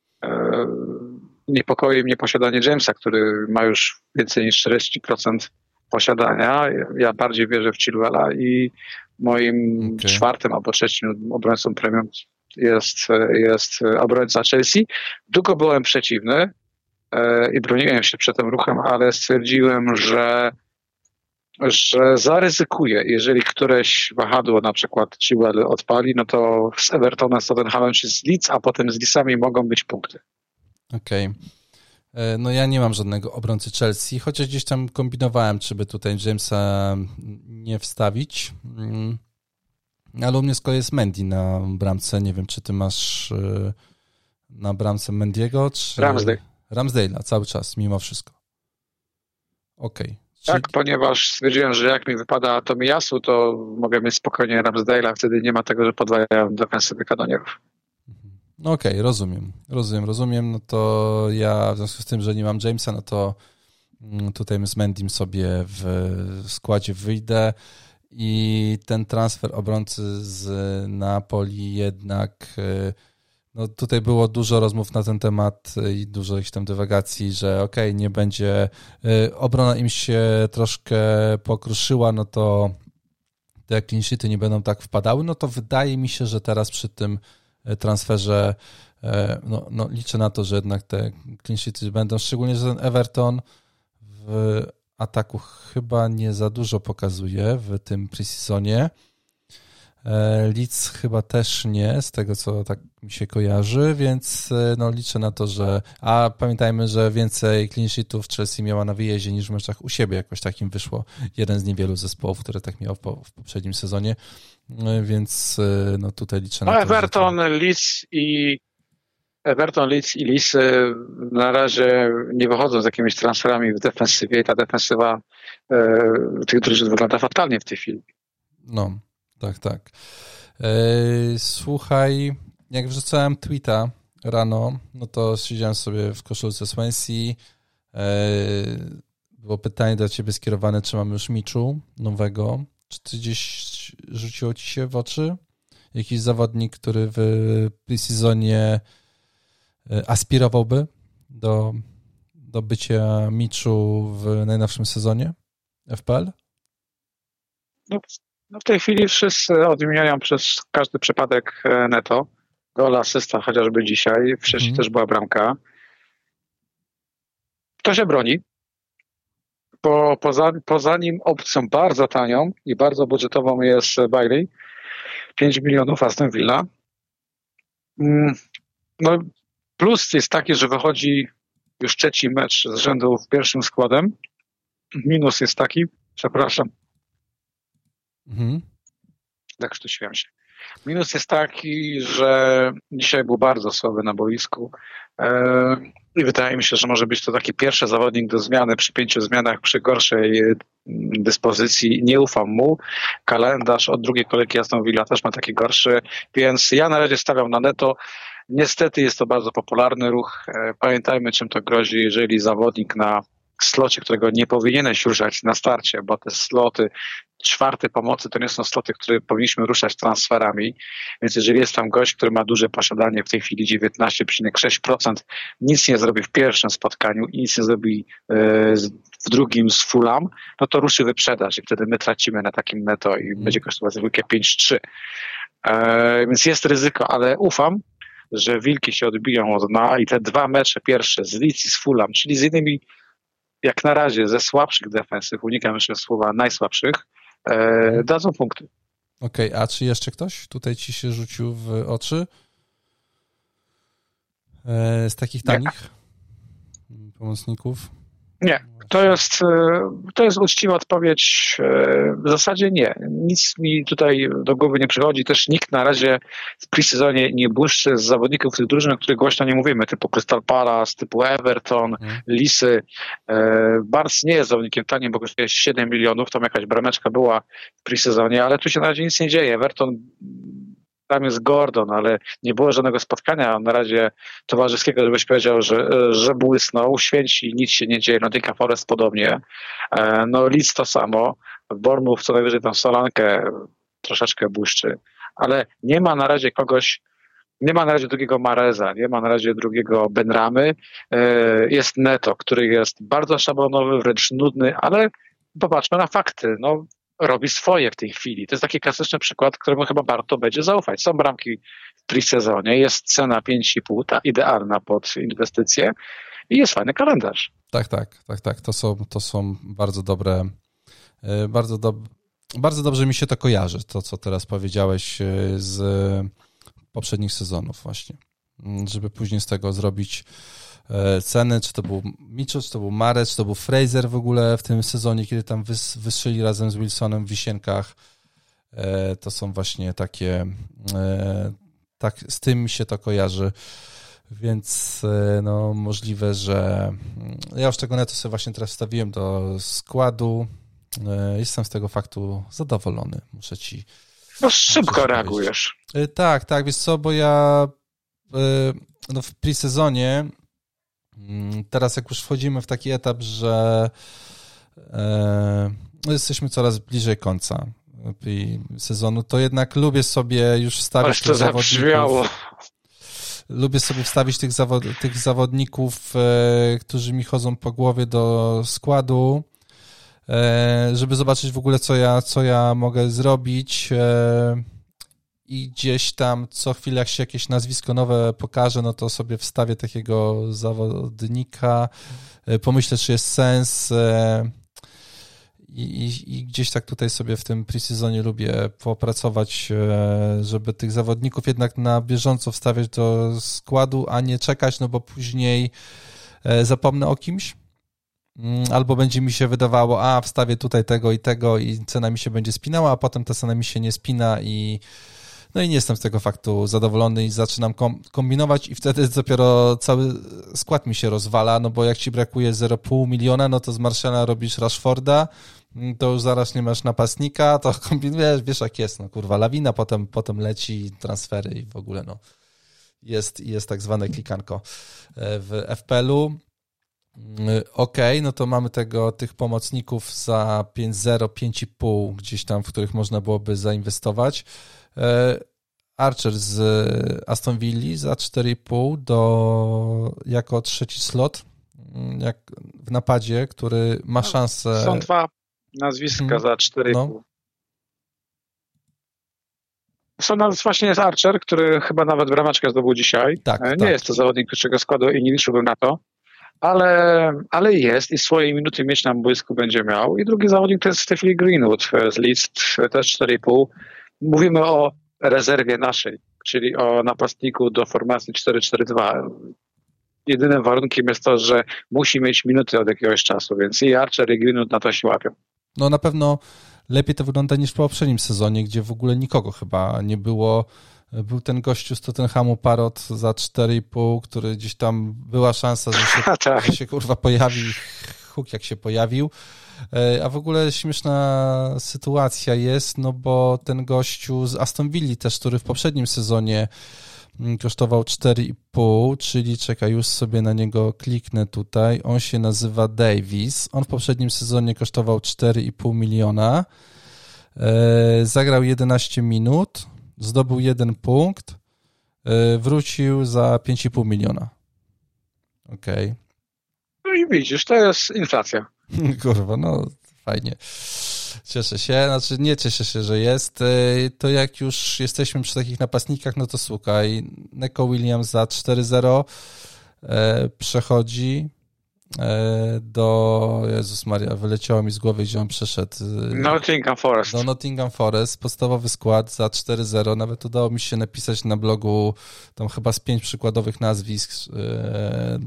Niepokoi mnie posiadanie Jamesa, który ma już więcej niż 40% posiadania. Ja bardziej wierzę w Chilwella i moim czwartym albo trzecim obrońcą premium jest obrońca Chelsea. Długo byłem przeciwny i broniłem się przed tym ruchem, ale stwierdziłem, że zaryzykuję. Jeżeli któreś wahadło, na przykład Chilwell odpali, no to z Evertonem, z Tottenhamem czy z Leeds, a potem z Leedsami mogą być punkty. Okej. No ja nie mam żadnego obrońcy Chelsea, chociaż gdzieś tam kombinowałem, czy by tutaj Jamesa nie wstawić. Ale u mnie z kolei jest Mendy na bramce. Nie wiem, czy ty masz na bramce Mendiego, czy... Ramsdale'a cały czas, mimo wszystko. Okej. Tak, ponieważ stwierdziłem, że jak mi wypada Tomiyasu, to mogę mieć spokojnie Ramsdale'a, wtedy nie ma tego, że podwajają defensywy kanonierów. No okej, rozumiem. No to ja w związku z tym, że nie mam Jamesa, no to tutaj z Mendym sobie w składzie wyjdę i ten transfer obrońcy z Napoli jednak, no tutaj było dużo rozmów na ten temat i dużo jakichś tam dywagacji, że nie będzie, obrona im się troszkę pokruszyła, no to te clean sheety nie będą tak wpadały, no to wydaje mi się, że teraz przy tym transferze no liczę na to, że jednak te clean sheety będą, szczególnie, że ten Everton w ataku chyba nie za dużo pokazuje w tym pre-seasonie. Leeds chyba też nie, z tego co tak mi się kojarzy, więc no liczę na to, że... A pamiętajmy, że więcej clean sheetów Chelsea miała na wyjeździe niż w meczach u siebie, jakoś takim wyszło. Jeden z niewielu zespołów, które tak miał w poprzednim sezonie, więc no tutaj liczę na to, Everton, Leeds i Leeds na razie nie wychodzą z jakimiś transferami w defensywie i ta defensywa tych drużyn wygląda fatalnie w tej chwili. No, tak. Słuchaj, jak wrzucałem tweeta rano, no to siedziałem sobie w koszulce Swansea. Było pytanie do ciebie skierowane, czy mamy już Miczu nowego. Czy ty gdzieś rzuciło ci się w oczy jakiś zawodnik, który w pre-seasonie aspirowałby do bycia Miczu w najnowszym sezonie FPL? No w tej chwili wszyscy odmieniają przez każdy przypadek Neto. Gol, asysta chociażby dzisiaj. Wcześniej też była bramka. To się broni. Bo poza nim opcją bardzo tanią i bardzo budżetową jest Bailey. 5 milionów Aston Villa. No, plus jest taki, że wychodzi już trzeci mecz z rzędu pierwszym składem. Minus jest taki, przepraszam. Tak sztuciłem się. Minus jest taki, że dzisiaj był bardzo słaby na boisku i wydaje mi się, że może być to taki pierwszy zawodnik do zmiany przy 5 zmianach, przy gorszej dyspozycji. Nie ufam mu. Kalendarz od drugiej kolejki Aston Villa też ma taki gorszy, więc ja na razie stawiam na Neto. Niestety jest to bardzo popularny ruch. Pamiętajmy, czym to grozi, jeżeli zawodnik na slocie, którego nie powinieneś ruszać na starcie, bo te sloty czwarte pomocy to nie są sloty, które powinniśmy ruszać transferami, więc jeżeli jest tam gość, który ma duże posiadanie, w tej chwili 19,6%, nic nie zrobi w pierwszym spotkaniu i nic nie zrobi w drugim z Fulham, no to ruszy wyprzedaż i wtedy my tracimy na takim Neto i będzie kosztować zwykle 5,3. Więc jest ryzyko, ale ufam, że Wilki się odbiją od dna i te dwa mecze pierwsze z Leeds i z Fulham, czyli z innymi jak na razie ze słabszych defensyw, unikam jeszcze słowa najsłabszych, dadzą punkty. Okej, a czy jeszcze ktoś tutaj ci się rzucił w oczy z takich tanich pomocników? Nie, to jest uczciwa odpowiedź. W zasadzie nie. Nic mi tutaj do głowy nie przychodzi. Też nikt na razie w pre-sezonie nie błyszczy z zawodników tych drużyn, o których głośno nie mówimy, typu Crystal Palace, typu Everton, Lisy. Barnes nie jest zawodnikiem tanim, bo kosztuje 7 milionów. Tam jakaś brameczka była w pre-sezonie, ale tu się na razie nic nie dzieje. Everton, tam jest Gordon, ale nie było żadnego spotkania na razie towarzyskiego, żebyś powiedział, że błysnął. Święci, nic się nie dzieje. Nottingham Forest podobnie. No Leeds to samo. Bournemouth co najwyżej tam Solankę troszeczkę błyszczy. Ale nie ma na razie kogoś, nie ma na razie drugiego Mareza, nie ma na razie drugiego Benramy. Jest Neto, który jest bardzo szablonowy, wręcz nudny, ale popatrzmy na fakty. No, robi swoje w tej chwili. To jest taki klasyczny przykład, któremu chyba warto będzie zaufać. Są bramki w pre-sezonie, jest cena 5,5, ta idealna pod inwestycje i jest fajny kalendarz. Tak. To są bardzo dobre, bardzo dobrze mi się to kojarzy, to co teraz powiedziałeś z poprzednich sezonów właśnie. Żeby później z tego zrobić ceny, czy to był Mitchell, czy to był Mahrez, czy to był Fraser w ogóle w tym sezonie, kiedy tam wystrzeli razem z Wilsonem w Wisienkach. To są właśnie takie, tak z tym mi się to kojarzy, więc no możliwe, że ja już tego Neto sobie właśnie teraz wstawiłem do składu. Jestem z tego faktu zadowolony, muszę ci... No szybko reagujesz. Tak, wiesz co, bo ja no w pre-sezonie teraz jak już wchodzimy w taki etap, że jesteśmy coraz bliżej końca sezonu, to jednak lubię sobie już wstawić tych zawodników. Lubię sobie wstawić tych zawodników, którzy mi chodzą po głowie do składu, żeby zobaczyć w ogóle, co ja mogę zrobić. I gdzieś tam co chwilę, jak się jakieś nazwisko nowe pokaże, no to sobie wstawię takiego zawodnika, pomyślę, czy jest sens i gdzieś tak tutaj sobie w tym pre-sezonie lubię popracować, żeby tych zawodników jednak na bieżąco wstawiać do składu, a nie czekać, no bo później zapomnę o kimś, albo będzie mi się wydawało, wstawię tutaj tego i cena mi się będzie spinała, a potem ta cena mi się nie spina i no i nie jestem z tego faktu zadowolony i zaczynam kombinować i wtedy dopiero cały skład mi się rozwala, no bo jak ci brakuje 0,5 miliona, no to z Martiala robisz Rashforda, to już zaraz nie masz napastnika, to kombinujesz, wiesz jak jest, no kurwa, lawina, potem leci transfery i w ogóle no jest tak zwane klikanko w FPL-u. Okej, no to mamy tych pomocników za 5,0, 5,5 gdzieś tam, w których można byłoby zainwestować. Archer z Aston Villa za 4,5 jako trzeci slot jak w napadzie, który ma szansę... Są dwa nazwiska za 4,5. No. Właśnie jest Archer, który chyba nawet brameczkę zdobył dzisiaj. Nie jest to zawodnik pierwszego składu i nie liczyłbym na to. Ale jest i swoje minuty mieć na błysku będzie miał. I drugi zawodnik to jest w tej chwili Greenwood z Leeds, też 4,5. Mówimy o rezerwie naszej, czyli o napastniku do formacji 4-4-2. Jedynym warunkiem jest to, że musi mieć minuty od jakiegoś czasu, więc i Archer, i Greenwood na to się łapią. No na pewno lepiej to wygląda niż w poprzednim sezonie, gdzie w ogóle nikogo chyba nie było. Był ten gościu z Tottenhamu Parrot za 4,5, który gdzieś tam była szansa, że się kurwa pojawi, huk jak się pojawił. A w ogóle śmieszna sytuacja jest, no bo ten gościu z Aston Villa też, który w poprzednim sezonie kosztował 4,5, czyli czekaj, już sobie na niego kliknę tutaj. On się nazywa Davies. On w poprzednim sezonie kosztował 4,5 miliona. Zagrał 11 minut. Zdobył 1 punkt, wrócił za 5,5 miliona. Okej. No i widzisz, to jest inflacja. Kurwa, no fajnie. Cieszę się, znaczy nie cieszę się, że jest. To jak już jesteśmy przy takich napastnikach, no to słuchaj, Neco Williams za 4,0 przechodzi do... Jezus Maria, wyleciało mi z głowy, gdzie on przeszedł. Nottingham Forest. Do Nottingham Forest, podstawowy skład za 4,0. Nawet udało mi się napisać na blogu tam chyba z 5 przykładowych nazwisk do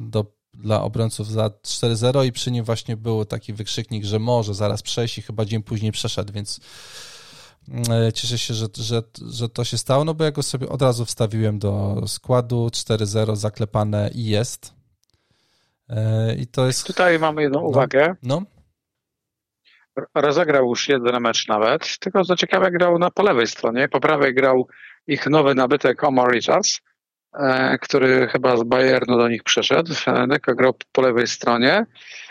dla obrońców za 4-0 i przy nim właśnie był taki wykrzyknik, że może zaraz przejść i chyba dzień później przeszedł, więc cieszę się, że to się stało, no bo ja go sobie od razu wstawiłem do składu, 4-0 zaklepane i jest. I to jest... Tutaj mamy jedną uwagę. No. Rozegrał już jeden mecz nawet, tylko co ciekawe grał po lewej stronie, po prawej grał ich nowy nabytek Omar Richards, który chyba z Bayernu do nich przyszedł. Neko grał po lewej stronie.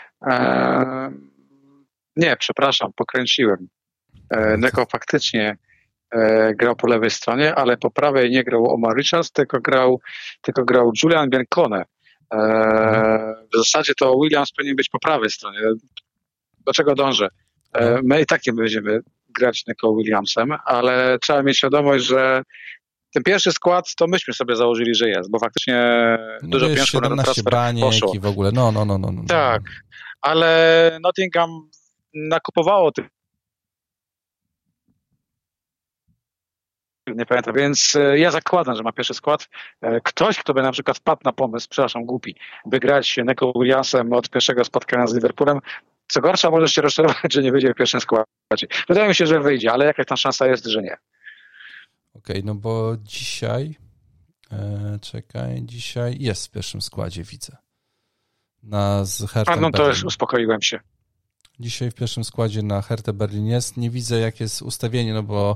Nie, przepraszam, pokręciłem. Neko faktycznie grał po lewej stronie, ale po prawej nie grał Omar Richards, tylko grał Julian Biancone. W zasadzie to Williams powinien być po prawej stronie. Do czego dążę? My i tak nie będziemy grać Neko Williamsem, ale trzeba mieć świadomość, że ten pierwszy skład to myśmy sobie założyli, że jest, bo faktycznie dużo pieniędzy na ten transfer poszło. I w ogóle, no. Tak, ale Nottingham nakupowało tych, nie pamiętam, więc ja zakładam, że ma pierwszy skład. Ktoś, kto by na przykład wpadł na pomysł, przepraszam, głupi, by grać Neko Williamsem od pierwszego spotkania z Liverpoolem, co gorsza, możesz się rozczarować, że nie wyjdzie w pierwszym składzie. Wydaje mi się, że wyjdzie, ale jakaś tam szansa jest, że nie. Okej, no bo dzisiaj dzisiaj jest w pierwszym składzie, widzę. Z Hertha no to już uspokoiłem się. Dzisiaj w pierwszym składzie na Hertha Berlin jest. Nie widzę, jak jest ustawienie, no bo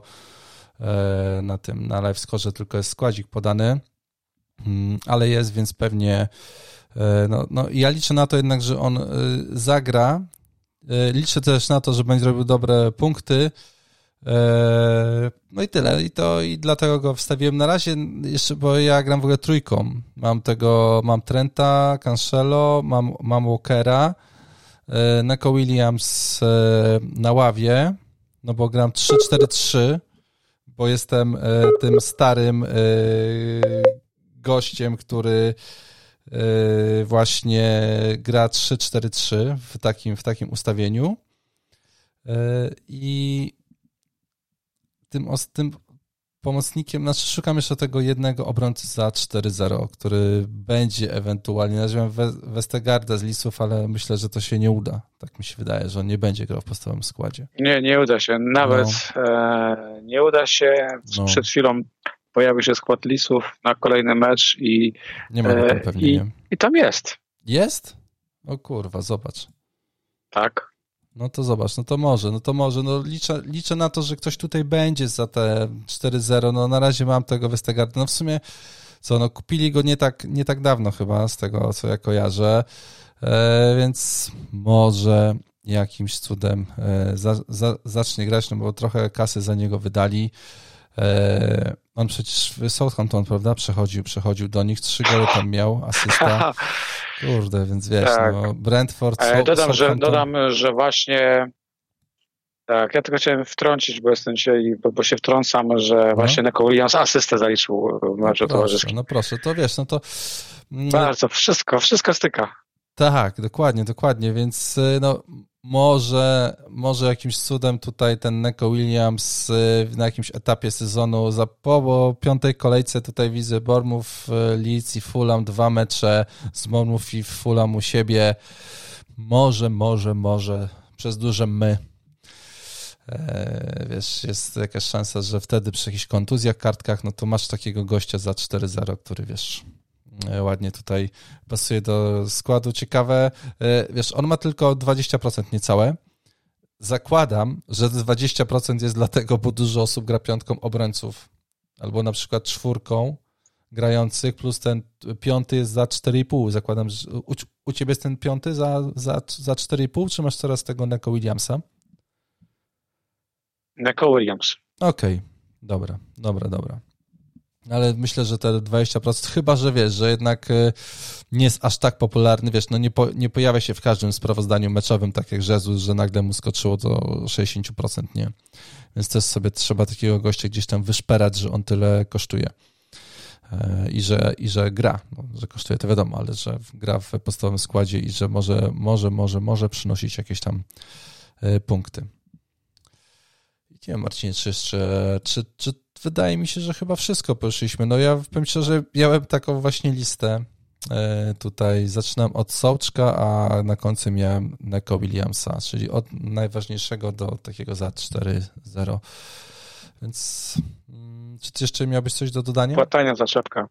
na LiveScore tylko jest składzik podany, ale jest, więc pewnie no ja liczę na to jednak, że on zagra. Liczę też na to, że będzie robił dobre punkty. No i tyle. I dlatego go wstawiłem na razie jeszcze, bo ja gram w ogóle trójką. Mam Trenta, Cancelo, mam Walkera, Neko Williams na ławie, no bo gram 3-4-3, bo jestem tym starym gościem, który właśnie gra 3-4-3 w takim ustawieniu. I tym pomocnikiem, znaczy szukam jeszcze tego jednego obrońcy za 4-0, który będzie ewentualnie, nazywam Westergaarda z Lisów, ale myślę, że to się nie uda. Tak mi się wydaje, że on nie będzie grał w podstawowym składzie. Nie uda się. Nawet nie uda się. Przed chwilą pojawił się skład Lisów na kolejny mecz i nie ma go tam pewnie, nie? I tam jest. Jest? O kurwa, zobacz. Tak. No to zobacz, no to może, liczę na to, że ktoś tutaj będzie za te 4-0, no na razie mam tego Westergaarda, no w sumie kupili go nie tak dawno chyba, z tego co ja kojarzę, więc może jakimś cudem zacznie grać, no bo trochę kasy za niego wydali. On przecież w Southampton, prawda, przechodził do nich, 3 gole tam miał, asysta. Kurde, więc wiesz, tak. Brentford, Dodam, że właśnie tak, ja tylko chciałem wtrącić, bo jestem dzisiaj, bo się wtrącam, że właśnie Neko Williams asystę zaliczył w meczu towarzyskim. No proszę, to wiesz, no to... Bardzo, wszystko styka. Tak, dokładnie, więc może jakimś cudem tutaj ten Neko Williams na jakimś etapie sezonu po 5. kolejce tutaj widzę Bournemouth, Leeds i Fulham, 2 mecze z Bournemouth i Fulham u siebie. Może przez duże my. Wiesz, jest jakaś szansa, że wtedy przy jakichś kontuzjach, kartkach, no to masz takiego gościa za 4-0, który wiesz... ładnie tutaj pasuje do składu. Ciekawe, wiesz, on ma tylko 20% niecałe. Zakładam, że 20% jest dlatego, bo dużo osób gra piątką obrońców. Albo na przykład 4 grających, plus ten 5 jest za 4,5. Zakładam, że u ciebie jest ten 5 za 4,5, czy masz coraz tego Neko Williamsa? Neko Williams. Okej, dobra. Ale myślę, że te 20%, chyba że wiesz, że jednak nie jest aż tak popularny, wiesz, no nie pojawia się w każdym sprawozdaniu meczowym, tak jak Jesus, że nagle mu skoczyło do 60%, nie. Więc też sobie trzeba takiego gościa gdzieś tam wyszperać, że on tyle kosztuje. I że gra, no, że kosztuje to wiadomo, ale że gra w podstawowym składzie i że może przynosić jakieś tam punkty. Nie wiem, Marcinie, czy wydaje mi się, że chyba wszystko poszliśmy. No ja powiem szczerze, miałem taką właśnie listę tutaj zaczynam od Sołczka, a na końcu miałem Neko Williamsa, czyli od najważniejszego do takiego za 4-0. Więc czy ty jeszcze miałbyś coś do dodania? Płatania zaczepka.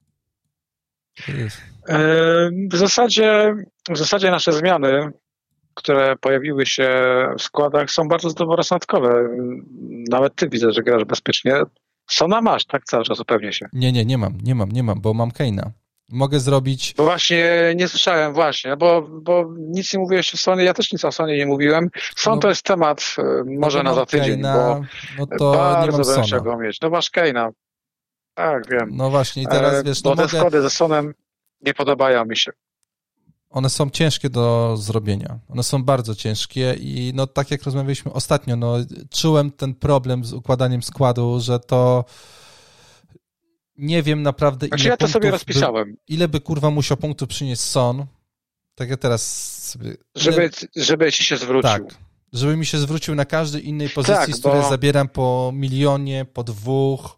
W zasadzie nasze zmiany, które pojawiły się w składach, są bardzo zdroworozsądkowe. Nawet ty widzę, że grasz bezpiecznie. Sona masz, tak? Cały czas upewnię się. Nie mam, bo mam Kane'a. Mogę zrobić... Bo właśnie nie słyszałem, bo nic nie mówiłeś o Sonie, ja też nic o Sonie nie mówiłem. Son to jest temat może na za tydzień, bo to bardzo nie mam bym chciał go mieć. No masz Kane'a. Tak, wiem. No właśnie i teraz wiesz... Bo te składy ze Sonem nie podobają mi się. One są ciężkie do zrobienia. One są bardzo ciężkie i no tak jak rozmawialiśmy ostatnio, no czułem ten problem z układaniem składu, że to nie wiem naprawdę ile ja to sobie rozpisałem. Ile by kurwa musiał punktów przynieść Son, tak jak teraz sobie... Żeby ci się zwrócił. Tak, żeby mi się zwrócił na każdej innej pozycji, z której zabieram po milionie, po 2,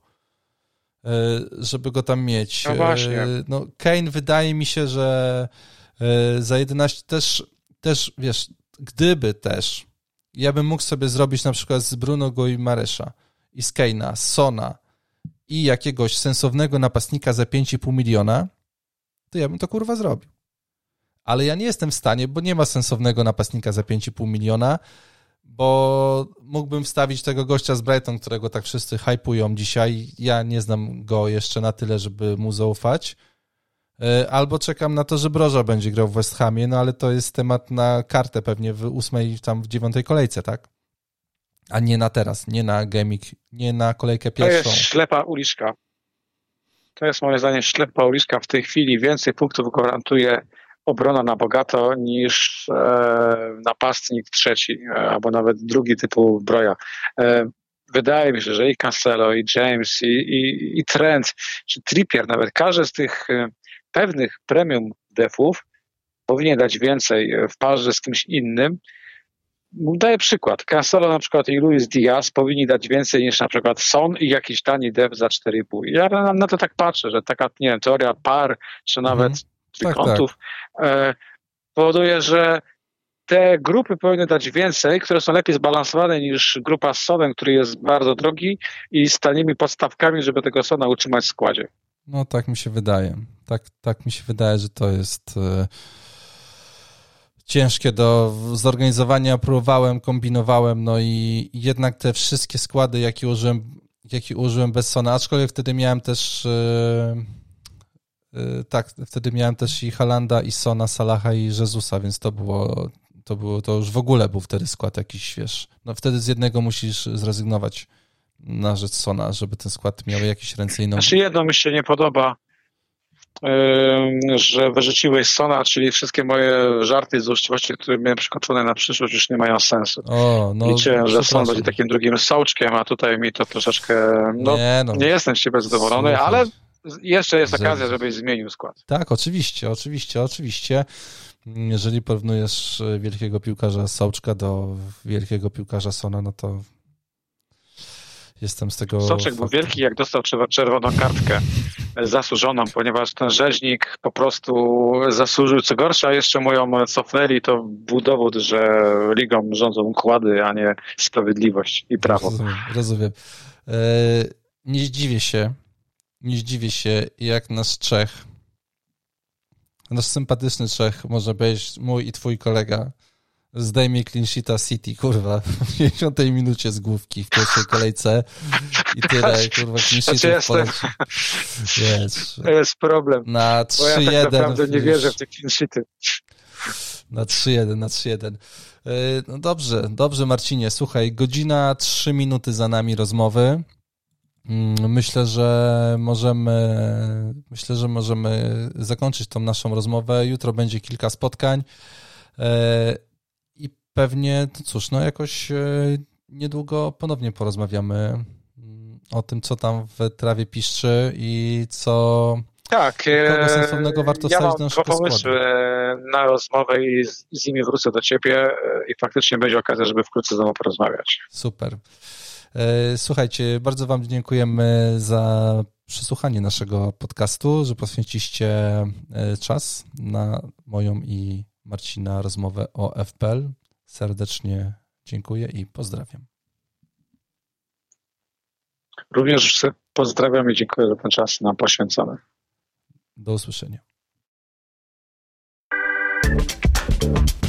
żeby go tam mieć. No właśnie. No Kane wydaje mi się, że za 11 też, wiesz, gdyby też ja bym mógł sobie zrobić na przykład z Bruno Guimaresza i z Kane'a, Sona i jakiegoś sensownego napastnika za 5,5 miliona, to ja bym to kurwa zrobił. Ale ja nie jestem w stanie, bo nie ma sensownego napastnika za 5,5 miliona, bo mógłbym wstawić tego gościa z Brighton, którego tak wszyscy hypują dzisiaj. Ja nie znam go jeszcze na tyle, żeby mu zaufać. Albo czekam na to, że Broża będzie grał w West Hamie, no ale to jest temat na kartę pewnie w 8, tam w 9 kolejce, tak? A nie na teraz, nie na gaming, nie na kolejkę pierwszą. To jest ślepa uliczka. To jest moim zdaniem ślepa uliczka. W tej chwili więcej punktów gwarantuje obrona na bogato niż napastnik trzeci, albo nawet drugi typu Broja. Wydaje mi się, że i Cancelo, i James, i Trent, czy Trippier, nawet każdy z tych pewnych premium defów powinien dać więcej w parze z kimś innym. Daję przykład. Cancelo na przykład i Luis Diaz powinni dać więcej niż na przykład Son i jakiś tani def za 4,5. Ja na to tak patrzę, że taka, nie wiem, teoria par, czy nawet trójkątów powoduje, że te grupy powinny dać więcej, które są lepiej zbalansowane niż grupa z Sonem, który jest bardzo drogi i z tanimi podstawkami, żeby tego Sona utrzymać w składzie. No tak mi się wydaje. Tak mi się wydaje, że to jest ciężkie do zorganizowania. Próbowałem, kombinowałem, no i jednak te wszystkie składy, jakie użyłem bez Sona, aczkolwiek wtedy miałem też wtedy miałem też i Haalanda, i Sona, Salaha i Jezusa, więc to już w ogóle był wtedy skład jakiś, wiesz, no wtedy z jednego musisz zrezygnować na rzecz Sona, żeby ten skład miał jakieś ręce i nogi. Znaczy jedno mi się nie podoba, że wyrzuciłeś Sona, czyli wszystkie moje żarty z uczciwości, które miałem przygotowane na przyszłość, już nie mają sensu. Liczyłem, że Son będzie takim drugim Sołczkiem, a tutaj mi to troszeczkę... Nie jestem z ciebie zadowolony, ale jeszcze jest okazja, żebyś zmienił skład. Tak, oczywiście. Jeżeli porównujesz wielkiego piłkarza Sołczka do wielkiego piłkarza Sona, no to jestem z tego... Sołczek był wielki, jak dostał czerwoną kartkę zasłużoną, ponieważ ten rzeźnik po prostu zasłużył. Co gorsza, jeszcze mu ją cofnęli, to był dowód, że ligą rządzą układy, a nie sprawiedliwość i prawo. Rozumiem. Nie zdziwię się, jak nasz Czech, nasz sympatyczny Czech, może być mój i twój kolega, zdejmie clean sheeta City, kurwa, w 50 minucie z główki w pierwszej kolejce i tyle, kurwa, clean sheetów poleci. To jest problem. Na 3-1. Bo ja tak naprawdę nie wierzę w te clean sheety. Na 3-1. No dobrze Marcinie, słuchaj, godzina 3 minuty za nami rozmowy. Myślę, że możemy zakończyć tą naszą rozmowę. Jutro będzie kilka spotkań i pewnie, cóż, no jakoś niedługo ponownie porozmawiamy o tym, co tam w trawie piszczy i co... Tak, kogo sensownego warto wstawić do naszego składu. Pomysły na rozmowę i z nimi wrócę do ciebie i faktycznie będzie okazja, żeby wkrótce znowu porozmawiać. Super. Słuchajcie, bardzo wam dziękujemy za przesłuchanie naszego podcastu, że poświęciliście czas na moją i Marcina rozmowę o FPL. Serdecznie dziękuję i pozdrawiam. Również pozdrawiam i dziękuję za ten czas nam poświęcony. Do usłyszenia.